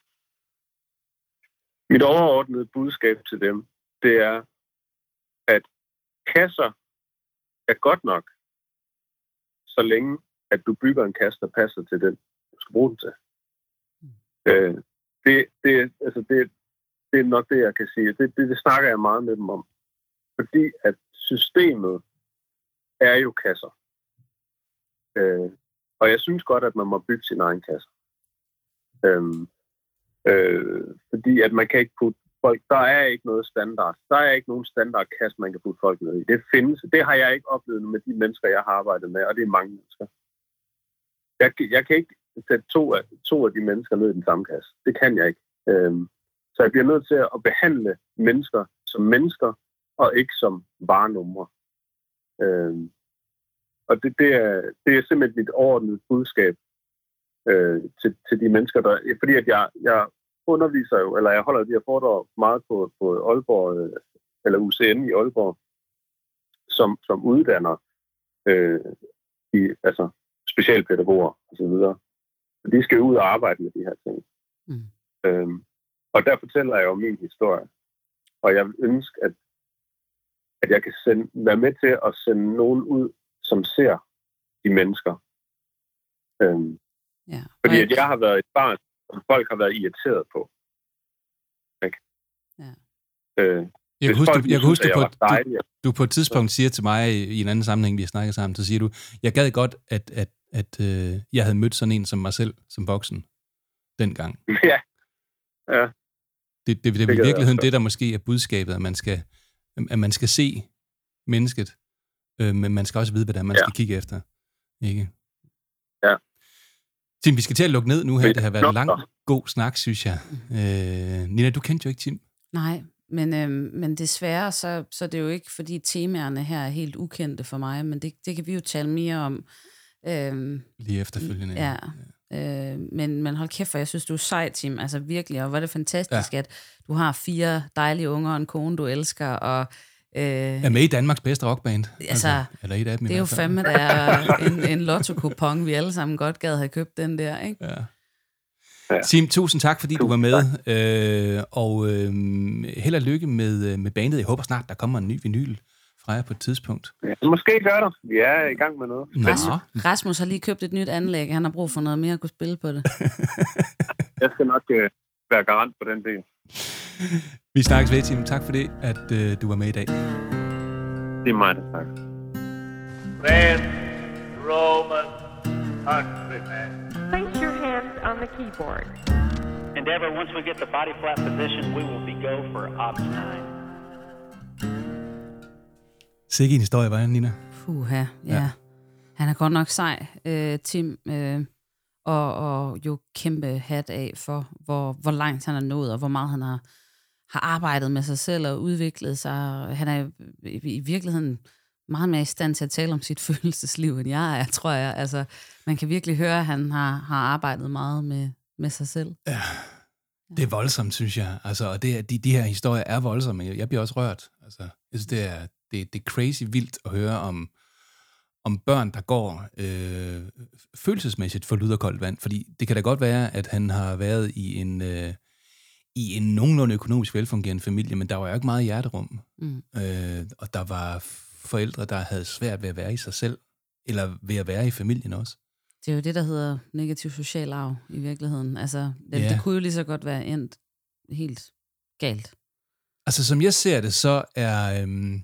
Mit overordnede budskab til dem, det er, at kasser er godt nok, så længe, at du bygger en kasse, der passer til den, du skal bruge den til. Mm. Øh, det, det, altså det, det er nok det, jeg kan sige. Det, det, det snakker jeg meget med dem om. Fordi at systemet er jo kasser. Øh, og jeg synes godt, at man må bygge sin egen kasse. Øh, øh, fordi at man kan ikke putte folk, der er ikke noget standard. Der er ikke nogen standardkasse, man kan putte folk ned i. Det findes. Det har jeg ikke oplevet med de mennesker, jeg har arbejdet med, og det er mange mennesker. Jeg, jeg kan ikke sætte to af, to af de mennesker ned i den samme kasse. Det kan jeg ikke. Øhm, så jeg bliver nødt til at behandle mennesker som mennesker, og ikke som varenumre. Øhm, og det, det, er, det er simpelthen mit overordnede budskab øh, til, til de mennesker, der... Fordi at jeg... jeg underviser jo, eller jeg holder de her foredrag meget på, på Aalborg, eller U C N i Aalborg, som, som uddanner øh, i, altså specialpædagoger og så videre. De skal ud og arbejde med de her ting. Mm. Øhm, og der fortæller jeg jo min historie. Og jeg vil ønske, at, at jeg kan sende, være med til at sende nogen ud, som ser de mennesker. Øhm, ja. Fordi at jeg har været et barn, som folk har været irriteret på. Okay. Ja. Øh, jeg kan huske, folk, du, jeg kan huske du, på, du, du på et tidspunkt siger til mig i en anden sammenhæng, vi har snakket sammen, så siger du, jeg gad godt, at, at, at øh, jeg havde mødt sådan en som mig selv, som voksen, dengang. Ja. ja. Det, det, det, det er i virkeligheden det, der måske er budskabet, at man skal, at man skal se mennesket, øh, men man skal også vide, hvad det er, man ja. skal kigge efter. Ikke? Ja. Tim, vi skal til at lukke ned nu her. Det har været en lang, god snak, synes jeg. Øh, Nina, du kendte jo ikke Tim. Nej, men, øh, men desværre, så, så det er jo ikke, fordi temaerne her er helt ukendte for mig, men det, det kan vi jo tale mere om. Øh, Lige efterfølgende. Ja, ja. Øh, men, men hold kæft, for jeg synes, du er sej, Tim. Altså virkelig, og hvor er det fantastisk, ja. at du har fire dejlige unger og en kone, du elsker, og Øh, er med i Danmarks bedste rockband. Altså, altså eller et af dem, det er jo fandme, der er en, en lotto-kupon, vi alle sammen godt gad have købt den der, ikke? Ja. Ja. Tim, tusind tak, fordi tusind du var med, øh, og øh, held og lykke med, med bandet. Jeg håber snart, der kommer en ny vinyl fra jer på et tidspunkt. Ja, måske gør der. Vi er i gang med noget. Rasmus, Rasmus har lige købt et nyt anlæg. Han har brug for noget mere at kunne spille på det. Jeg skal nok øh, være garant på den del. Vi snakkes ved, Tim. Tak for det, at øh, du var med i dag. Det er mig, der tak. Friend, Roman countryman. Place your hands on the keyboard. And Endeavor, once we get the body flap position, we will be go for ops nine. Sikke en historie, var han, Nina? Puha, ja. Ja. Han er godt nok sej, øh, Tim, øh, og, og jo kæmpe hat af for, hvor, hvor langt han er nået, og hvor meget han har, har arbejdet med sig selv og udviklet sig. Han er i, i virkeligheden meget mere i stand til at tale om sit følelsesliv, end jeg er, tror jeg. Altså, man kan virkelig høre, at han har, har arbejdet meget med, med sig selv. Ja, det er voldsomt, synes jeg. Altså, og det, de, de her historier er voldsomme. Jeg bliver også rørt. Altså, jeg synes, det er, det, det er crazy vildt at høre om, om børn, der går øh, følelsesmæssigt for lud og koldt vand. Fordi det kan da godt være, at han har været i en, øh, i en nogenlunde økonomisk velfungerende familie, men der var jo ikke meget hjerterum. Mm. Øh, og der var forældre, der havde svært ved at være i sig selv, eller ved at være i familien også. Det er jo det, der hedder negativ social arv i virkeligheden. Altså, det, ja. det kunne jo lige så godt være endt helt galt. Altså, som jeg ser det, så er, øhm,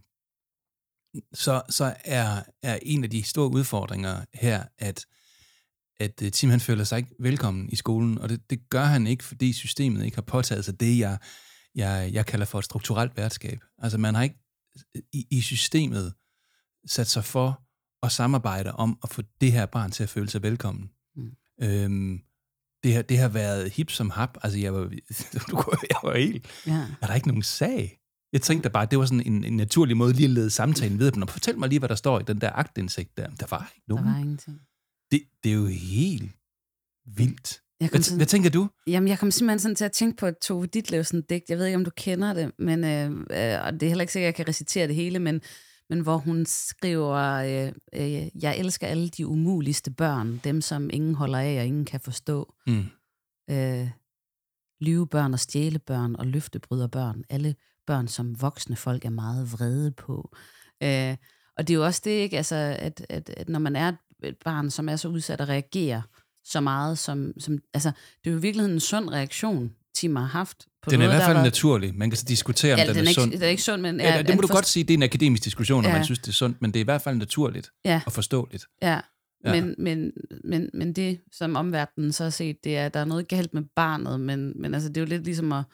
så, så er, er en af de store udfordringer her, at, at Tim, han føler sig ikke velkommen i skolen, og det, det gør han ikke, fordi systemet ikke har påtaget sig det, jeg, jeg, jeg kalder for et strukturelt værtskab. Altså, man har ikke i, i systemet sat sig for at samarbejde om at få det her barn til at føle sig velkommen. Mm. Øhm, det, har, det har været hip som hap. Altså, jeg var, jeg var helt... Ja. Er der ikke nogen sag? Jeg tænkte bare, at det var sådan en, en naturlig måde lige at lede samtalen videre. Men fortæl mig lige, hvad der står i den der aktindsigt der. Der var ikke nogen. Der var ingenting. Det, det er jo helt vildt. Hvad, sådan, hvad tænker du? Jamen, jeg kom simpelthen sådan til at tænke på et Tove Ditlevsen-digt. Jeg ved ikke, om du kender det, men, øh, øh, og det er heller ikke sikkert, at jeg kan recitere det hele, men, men hvor hun skriver, øh, øh, jeg elsker alle de umuligste børn, dem som ingen holder af og ingen kan forstå. Mm. Øh, lyvebørn og stjælebørn og løftebryderbørn. Alle børn, som voksne folk er meget vrede på. Øh, og det er jo også det, ikke? Altså, at, at, at når man er et barn, som er så udsat og reagerer så meget, som, som altså, det er jo i virkeligheden en sund reaktion, Tim har haft. På den er noget, i hvert fald var... naturlig. Man kan så diskutere, om ja, den, den er, er sund. Ikke, det er ikke sund, men... Ja, det må du for... godt sige, det er en akademisk diskussion, når ja. man synes, det er sundt, men det er i hvert fald naturligt ja. og forståeligt. Ja, ja. Men, men, men, men det, som omverdenen så har set, det er, at der er noget galt med barnet, men, men altså, det er jo lidt ligesom at...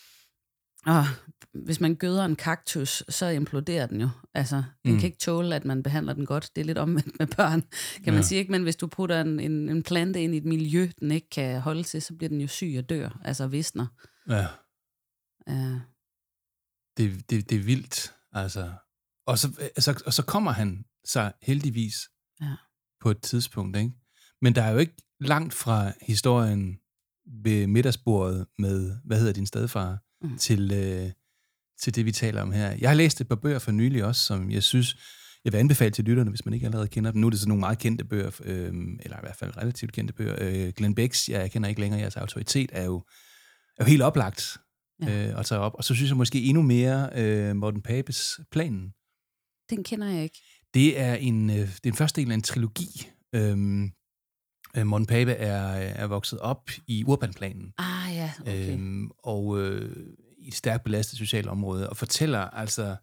Åh, hvis man gøder en kaktus, så imploderer den jo. Altså, den mm. kan ikke tåle, at man behandler den godt. Det er lidt omvendt med børn, kan ja. man sige. Ikke? Men hvis du putter en, en, en plante ind i et miljø, den ikke kan holde til, så bliver den jo syg og dør. Altså visner. Ja. Ja. Det, det, det er vildt. Altså. Og, så, altså, og så kommer han så heldigvis ja. på et tidspunkt. Ikke? Men der er jo ikke langt fra historien ved middagsbordet med, hvad hedder din stedfar? Mm. Til, øh, til det, vi taler om her. Jeg har læst et par bøger for nylig også, som jeg synes, jeg vil anbefale til lytterne, hvis man ikke allerede kender dem. Nu er det sådan nogle meget kendte bøger, øh, eller i hvert fald relativt kendte bøger. Øh, Glenn Becks, jeg kender ikke længere jeres autoritet, er jo, er jo helt oplagt ja. øh, at tage op. Og så synes jeg måske endnu mere øh, Morten Papes Planen. Den kender jeg ikke. Det er en, øh, det er en første del af en trilogi. Øhm, øh, Morten Pape er, er vokset op i Urbanplanen. Ah ja, okay. Øhm, og øh, i et stærkt belastet socialt område, og fortæller altså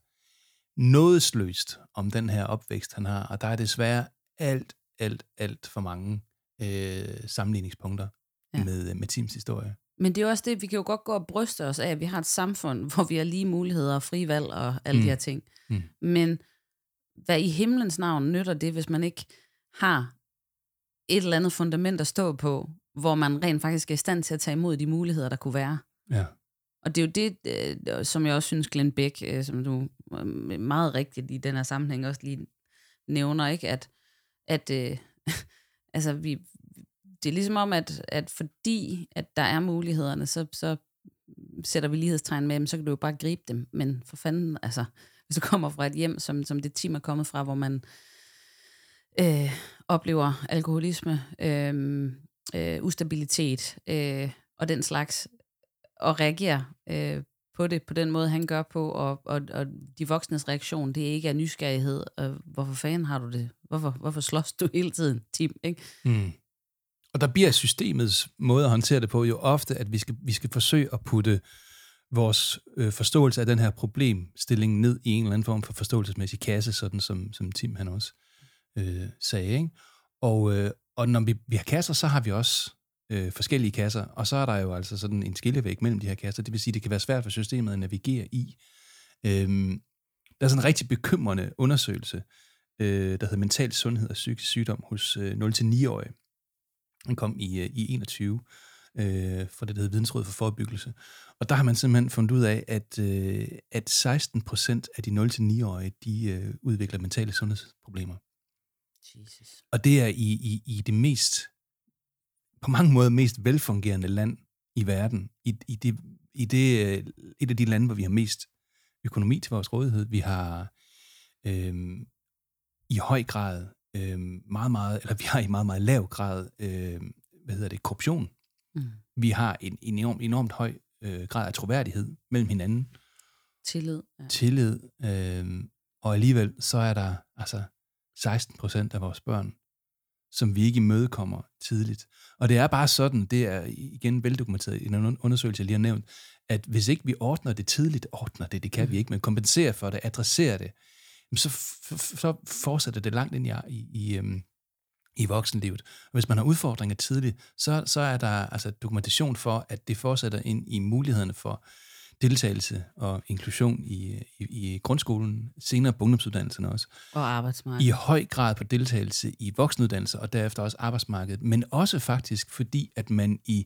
nådesløst om den her opvækst, han har. Og der er desværre alt, alt, alt for mange øh, sammenligningspunkter ja. med, med Tims historie. Men det er jo også det, vi kan jo godt gå og bryste os af, at vi har et samfund, hvor vi har lige muligheder og fri valg og alle mm. de her ting. Mm. Men hvad i himlens navn nytter det, hvis man ikke har et eller andet fundament at stå på, hvor man rent faktisk er i stand til at tage imod de muligheder, der kunne være. Ja. Og det er jo det, øh, som jeg også synes, Glenn Beck, øh, som du øh, meget rigtigt i den her sammenhæng også lige nævner, ikke? At, at øh, altså vi, det er ligesom om, at, at fordi at der er mulighederne, så, så sætter vi lighedstegn med dem, så kan du jo bare gribe dem. Men for fanden, altså, hvis du kommer fra et hjem, som, som det team er kommet fra, hvor man øh, oplever alkoholisme, øh, øh, ustabilitet øh, og den slags, og reagerer øh, på det på den måde, han gør på, og, og, og de voksnes reaktion, det ikke er nysgerrighed. Og hvorfor fanden har du det? Hvorfor, hvorfor slås du hele tiden, Tim? Ikke? Mm. Og der bliver systemets måde at håndtere det på jo ofte, at vi skal, vi skal forsøge at putte vores øh, forståelse af den her problemstilling ned i en eller anden form for forståelsesmæssig kasse, sådan som, som Tim han også øh, sagde. Ikke? Og, øh, og når vi, vi har kasser, så har vi også øh, forskellige kasser, og så er der jo altså sådan en skillevæg mellem de her kasser. Det vil sige, det kan være svært for systemet at navigere i. Øhm, der er sådan en rigtig bekymrende undersøgelse, øh, der hedder Mental Sundhed og Psykisk Sygdom hos øh, nul til ni-årige. Den kom i, øh, i enogtyve øh, fra det, der hedder Vidensråd for Forebyggelse. Og der har man simpelthen fundet ud af, at, øh, at seksten procent af de nul til ni-årige, de øh, udvikler mentale sundhedsproblemer. Jesus. Og det er i, i, i det mest, på mange måder mest velfungerende land i verden. I, i, det, i det, et af de lande, hvor vi har mest økonomi til vores rådighed. Vi har øh, i høj grad, øh, meget, meget, eller vi har i meget, meget lav grad, øh, hvad hedder det, korruption. Mm. Vi har en, en enormt, enormt høj øh, grad af troværdighed mellem hinanden. Tillid. Ja. Tillid. Øh, og alligevel så er der altså seksten procent af vores børn, som vi ikke imødekommer tidligt. Og det er bare sådan, det er igen veldokumenteret i en undersøgelse, jeg lige har nævnt, at hvis ikke vi ordner det tidligt, ordner det, det kan mm. vi ikke, men kompenserer for det, adresserer det, så, f- så fortsætter det langt ind i, i, i, um, i voksenlivet. Og hvis man har udfordringer tidligt, så, så er der altså dokumentation for, at det fortsætter ind i mulighederne for deltagelse og inklusion i, i, i grundskolen, senere på ungdomsuddannelserne også. Og arbejdsmarkedet. I høj grad på deltagelse i voksenuddannelser, og derefter også arbejdsmarkedet, men også faktisk fordi, at man i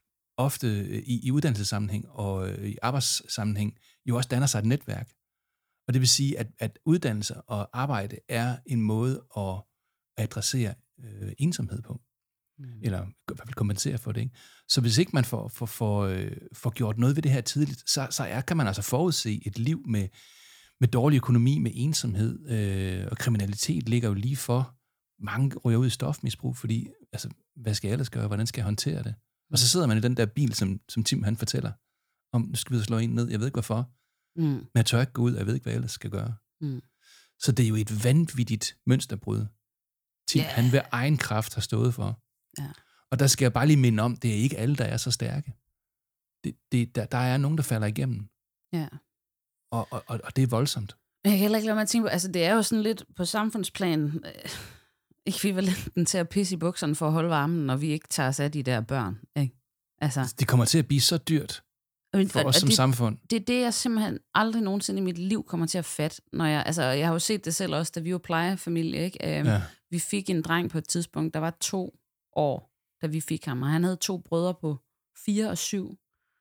ofte i, i uddannelsessammenhæng og i arbejdssammenhæng jo også danner sig et netværk. Og det vil sige, at, at uddannelse og arbejde er en måde at adressere øh, ensomhed på. Mm. Eller i hvert fald kompensere for det. Ikke? Så hvis ikke man får, får, får, øh, får gjort noget ved det her tidligt, så, så er, kan man altså forudse et liv med, med dårlig økonomi, med ensomhed, øh, og kriminalitet ligger jo lige for. Mange ryger ud i stofmisbrug, fordi, altså, hvad skal jeg ellers gøre? Hvordan skal jeg håndtere det? Og så sidder man i den der bil, som, som Tim han fortæller, om nu skal vi slå en ned, jeg ved ikke hvorfor, mm. men jeg tør ikke gå ud, og jeg ved ikke, hvad jeg ellers skal gøre. Mm. Så det er jo et vanvittigt mønsterbrud, Tim yeah. han ved egen kraft har stået for. Ja. Og der skal jeg bare lige minde om, det er ikke alle, der er så stærke. Det, det, der, der er nogen, der falder igennem. Ja. Og, og, og det er voldsomt. Jeg kan heller ikke lade mig at tænke på, altså det er jo sådan lidt på samfundsplan, øh, ekvivalenten til at pisse i bukserne for at holde varmen, når vi ikke tager os af de der børn. Ikke? Altså, det kommer til at blive så dyrt for og, os og som det, samfund. Det er det, jeg simpelthen aldrig nogensinde i mit liv kommer til at fatte. Når jeg, altså, jeg har jo set det selv også, da vi var plejefamilie. Ikke? Øhm, ja. Vi fik en dreng på et tidspunkt, der var to år, da vi fik ham, og han havde to brødre på fire og syv.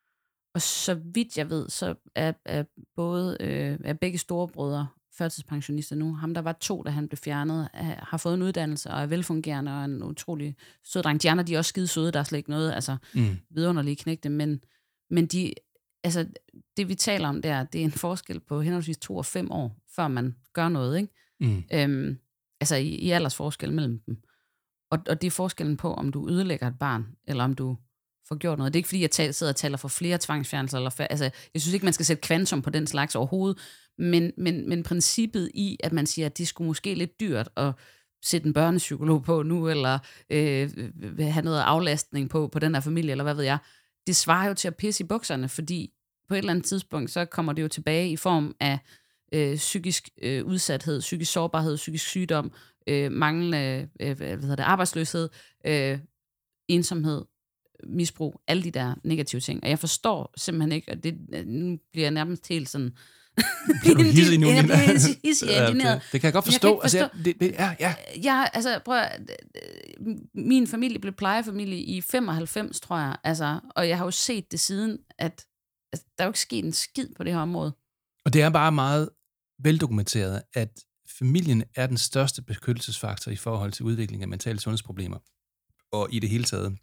Og så vidt jeg ved, så er, er både øh, er begge store brødre førtidspensionister nu. Ham, der var to, da han blev fjernet, har fået en uddannelse og er velfungerende og en utrolig sød dreng. De andre, de er også skide søde, der er slet ikke noget, altså mm. vidunderlige knægte, men, men de, altså, det vi taler om der, det er en forskel på henholdsvis to og fem år, før man gør noget, ikke? Mm. Øhm, altså i, i aldersforskel mellem dem. Og, og det er forskellen på, om du ødelægger et barn, eller om du får gjort noget. Det er ikke, fordi jeg tal, sidder og taler for flere tvangsfjernelser, eller for, altså, jeg synes ikke, man skal sætte kvantum på den slags overhovedet, men, men, men princippet i, at man siger, at det skulle måske lidt dyrt at sætte en børnepsykolog på nu, eller øh, have noget aflastning på, på den her familie, eller hvad ved jeg, det svarer jo til at pisse i bukserne, fordi på et eller andet tidspunkt, så kommer det jo tilbage i form af øh, psykisk øh, udsathed, psykisk sårbarhed, psykisk sygdom, øh, manglende øh, hvad hedder det, arbejdsløshed, øh, ensomhed, misbrug, alle de der negative ting. Og jeg forstår simpelthen ikke, og det, nu bliver jeg nærmest helt sådan... Bliver du hissig nu? Jeg bliver hissig, ja, det, det kan jeg godt forstå. Jeg forstå. Altså, det, det, ja, ja. Jeg, altså, prøv at, min familie blev plejefamilie i femoghalvfems, tror jeg, altså, og jeg har jo set det siden, at altså, der er jo ikke sket en skid på det her område. Og det er bare meget veldokumenteret, at familien er den største beskyttelsesfaktor i forhold til udvikling af mentale sundhedsproblemer, og i det hele taget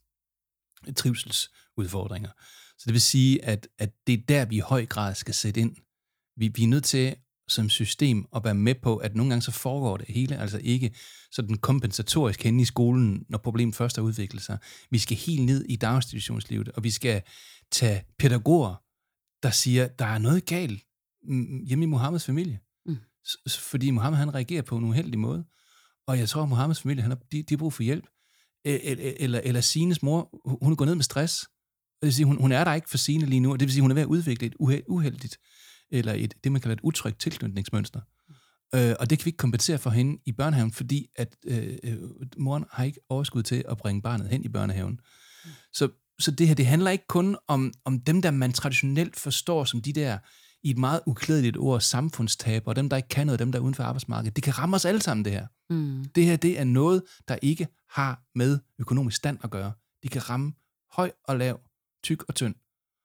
trivselsudfordringer. Så det vil sige, at, at det er der, vi i høj grad skal sætte ind. Vi, vi er nødt til som system at være med på, at nogle gange så foregår det hele, altså ikke sådan kompensatorisk henne i skolen, når problemet først har udviklet sig. Vi skal helt ned i daginstitutionslivet, og vi skal tage pædagoger, der siger, der er noget galt hjemme i Mohammeds familie. Mm. Fordi Mohammed, han reagerer på en uheldig måde. Og jeg tror, at Mohammeds familie, han har, de, de har brug for hjælp. Eller, eller Sines mor, hun er gået ned med stress. Det vil sige, hun, hun er der ikke for Sine lige nu, og det vil sige, hun er ved at udvikle et uheldigt, eller et, det man kalder et utrygt tilknytningsmønster. Mm. Øh, og det kan vi ikke kompensere for hende i børnehaven, fordi at øh, moren har ikke overskud til at bringe barnet hen i børnehaven. Så, så det her, det handler ikke kun om, om dem, der man traditionelt forstår som de der, i et meget uklædeligt ord, samfundstaber, og dem, der ikke kan noget, dem, der er uden for arbejdsmarkedet. Det kan ramme os alle sammen, det her. Mm. Det her, det er noget, der ikke har med økonomisk stand at gøre. Det kan ramme høj og lav, tyk og tynd.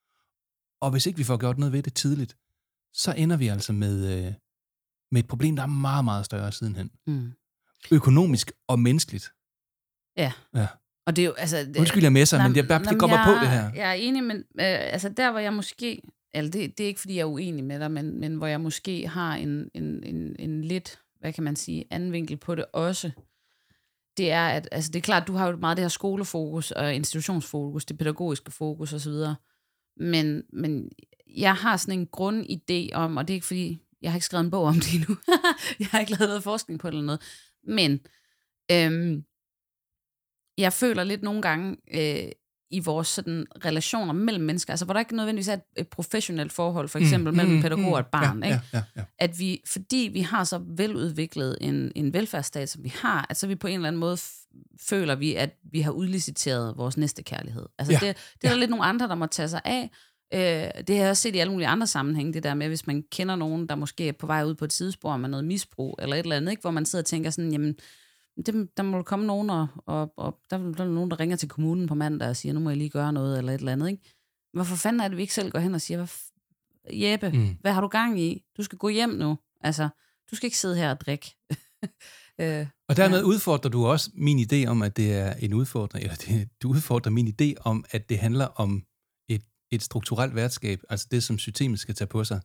Og hvis ikke vi får gjort noget ved det tidligt, så ender vi altså med, øh, med et problem, der er meget, meget større sidenhen. Mm. Økonomisk og menneskeligt. Ja. Ja. Og det er jo, altså... Det, Undskyld, jeg med sig, men det, det, det går bare på det her. Jeg er enig, men øh, altså der, hvor jeg måske... Eller det, det er ikke, fordi jeg er uenig med dig, men, men hvor jeg måske har en, en, en, en lidt, hvad kan man sige, anden vinkel på det også, det er, at altså det er klart, du har jo meget det her skolefokus og institutionsfokus, det pædagogiske fokus osv., men, men jeg har sådan en grundidé om, og det er ikke fordi, jeg har ikke skrevet en bog om det endnu, jeg har ikke lavet noget forskning på det eller noget, men øhm, jeg føler lidt nogle gange, øh, i vores sådan, relationer mellem mennesker, altså hvor der ikke nødvendigvis er et, et professionelt forhold, for eksempel mm, mellem mm, pædagog og et barn, ja, ikke? Ja, ja, ja. At vi, fordi vi har så veludviklet en, en velfærdsstat, som vi har, at så vi på en eller anden måde f- føler vi, at vi har udliciteret vores næste kærlighed. Altså ja, det, det er ja. Der lidt nogle andre, der må tage sig af. Øh, det har jeg også set i alle mulige andre sammenhænge, det der med, hvis man kender nogen, der måske er på vej ud på et sidespor med noget misbrug, eller et eller andet, ikke? Hvor man sidder og tænker sådan, jamen, Det, der må komme nogen, og, og, og der, der er nogen, der ringer til kommunen på mandag og siger, nu må jeg lige gøre noget, eller et eller andet, ikke? Hvorfor fanden er det, vi ikke selv går hen og siger, hvad f- Jeppe, mm. hvad har du gang i? Du skal gå hjem nu. Altså, du skal ikke sidde her og drikke. øh, og dermed ja. udfordrer du også min idé om, at det er en udfordring, eller det, du udfordrer min idé om, at det handler om et, et strukturelt værtskab, altså det, som systemet skal tage på sig.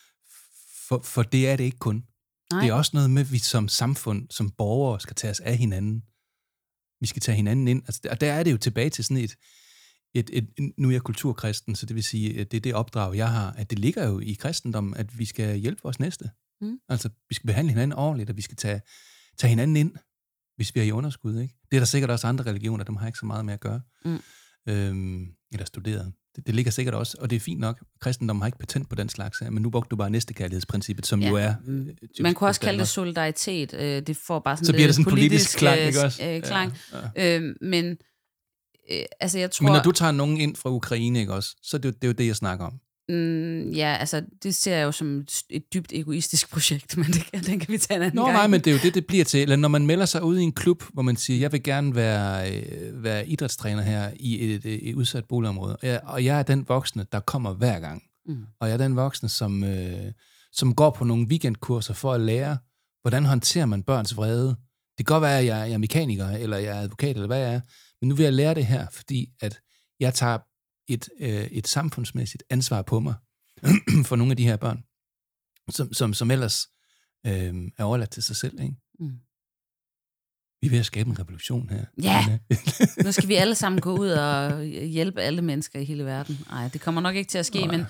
For, for det er det ikke kun. Nej. Det er også noget med, at vi som samfund, som borgere, skal tage os af hinanden. Vi skal tage hinanden ind. Altså, og der er det jo tilbage til sådan et, et, et, nu er jeg kulturkristen, så det vil sige, at det er det opdrag, jeg har, at det ligger jo i kristendommen, at vi skal hjælpe vores næste. Mm. Altså, vi skal behandle hinanden ordentligt, og vi skal tage, tage hinanden ind, hvis vi er i underskud. Ikke? Det er der sikkert også andre religioner, dem har ikke så meget med at gøre. Mm. Øhm, eller studeret. Det, det ligger sikkert også, og det er fint nok. Kristendommen har ikke patent på den slags, men nu brugte du bare næstekærlighedsprincippet, som ja. jo er... Øh, Man kunne også kalde det solidaritet. Øh, det får bare sådan så bliver det sådan politisk, politisk klang, ikke også? Øh, klang. Ja, ja. Øh, men øh, altså, jeg tror... Men når du tager nogen ind fra Ukraine, ikke også, så det, det er jo det, jeg snakker om. Mm, ja, altså, det ser jeg jo som et, et dybt egoistisk projekt, men det kan, den kan vi tage en anden Nå, gang. nej, men det er jo det, det bliver til. Eller når man melder sig ud i en klub, hvor man siger, jeg vil gerne være, øh, være idrætstræner her i et, et, et udsat boligområde, og jeg, og jeg er den voksne, der kommer hver gang. Mm. Og jeg er den voksne, som, øh, som går på nogle weekendkurser for at lære, hvordan håndterer man børns vrede. Det kan godt være, at jeg, jeg er mekaniker, eller jeg er advokat, eller hvad jeg er, men nu vil jeg lære det her, fordi at jeg tager et, øh, et samfundsmæssigt ansvar på mig for nogle af de her børn, som, som, som ellers øh, er overladt til sig selv. Ikke? Mm. Vi er ved at skabe en revolution her. Ja, nu skal vi alle sammen gå ud og hjælpe alle mennesker i hele verden. Nej, det kommer nok ikke til at ske, Nej. men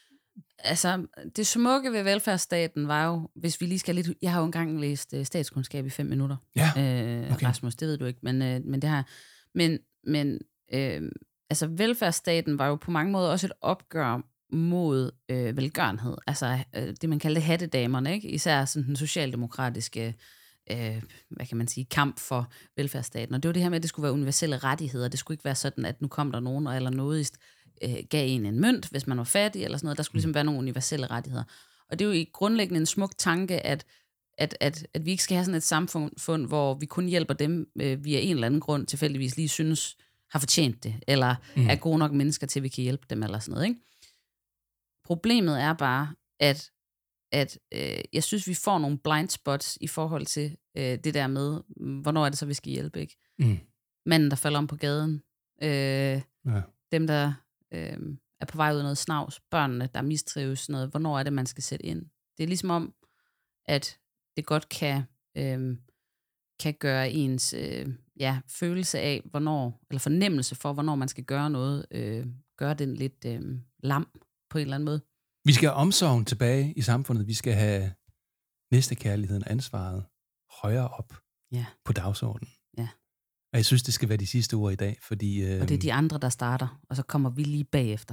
altså, det smukke ved velfærdsstaten var jo, hvis vi lige skal lidt... Jeg har jo engang læst uh, statskundskab i fem minutter. Ja, øh, okay. Rasmus, det ved du ikke, men, øh, men det har Men, men øh, altså, velfærdsstaten var jo på mange måder også et opgør mod øh, velgørenhed. Altså, øh, det man kaldte hattedamerne, ikke? Især sådan den socialdemokratiske... Øh, hvad kan man sige, kamp for velfærdsstaten. Og det var det her med, at det skulle være universelle rettigheder. Det skulle ikke være sådan, at nu kom der nogen, eller noget øh, gav en en mønt, hvis man var fattig, eller sådan noget. Der skulle ligesom være nogle universelle rettigheder. Og det er jo i grundlæggende en smuk tanke, at, at, at, at vi ikke skal have sådan et samfund, hvor vi kun hjælper dem, øh, vi af en eller anden grund tilfældigvis lige synes har fortjent det, eller mm. er gode nok mennesker til, at vi kan hjælpe dem, eller sådan noget. Ikke? Problemet er bare, at at øh, jeg synes, vi får nogle blind spots i forhold til øh, det der med, hvornår er det så, vi skal hjælpe, ikke? Mm. Manden, der falder om på gaden, øh, ja. dem, der øh, er på vej ud af noget snavs, børnene, der mistrives, noget, hvornår er det, man skal sætte ind? Det er ligesom om, at det godt kan, øh, kan gøre ens øh, ja, følelse af, hvornår, eller fornemmelse for, hvornår man skal gøre noget, øh, gøre den lidt øh, lam på en eller anden måde. Vi skal have omsorgen tilbage i samfundet. Vi skal have næstekærligheden og ansvaret højere op ja. på dagsordenen. Ja. Og jeg synes, det skal være de sidste ord i dag, fordi... Øh... Og det er de andre, der starter, og så kommer vi lige bagefter.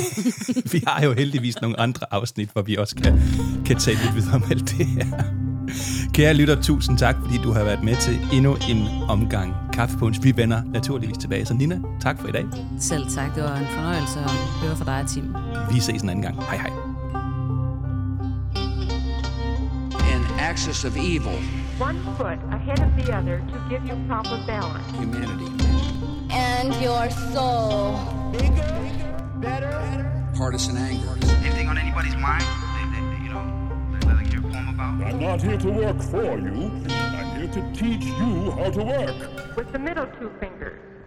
Vi har jo heldigvis nogle andre afsnit, hvor vi også kan, kan tale lidt videre om alt det her. Kære lytter, tusind tak, fordi du har været med til endnu en omgang Kaffepunch. Vi vender naturligvis tilbage. Så Nina, tak for i dag. Selv tak. Det var en fornøjelse at høre fra dig, Tim. Vi ses en anden gang. Hej hej. An axis of evil. One foot ahead of the other to give you proper balance. Humanity. And your soul. Bigger, better. Partisan anger. Anything on anybody's mind? They, they, they, you know, they like your poem about? I'm not here to work for you. I'm here to teach you how to work. With the middle two fingers,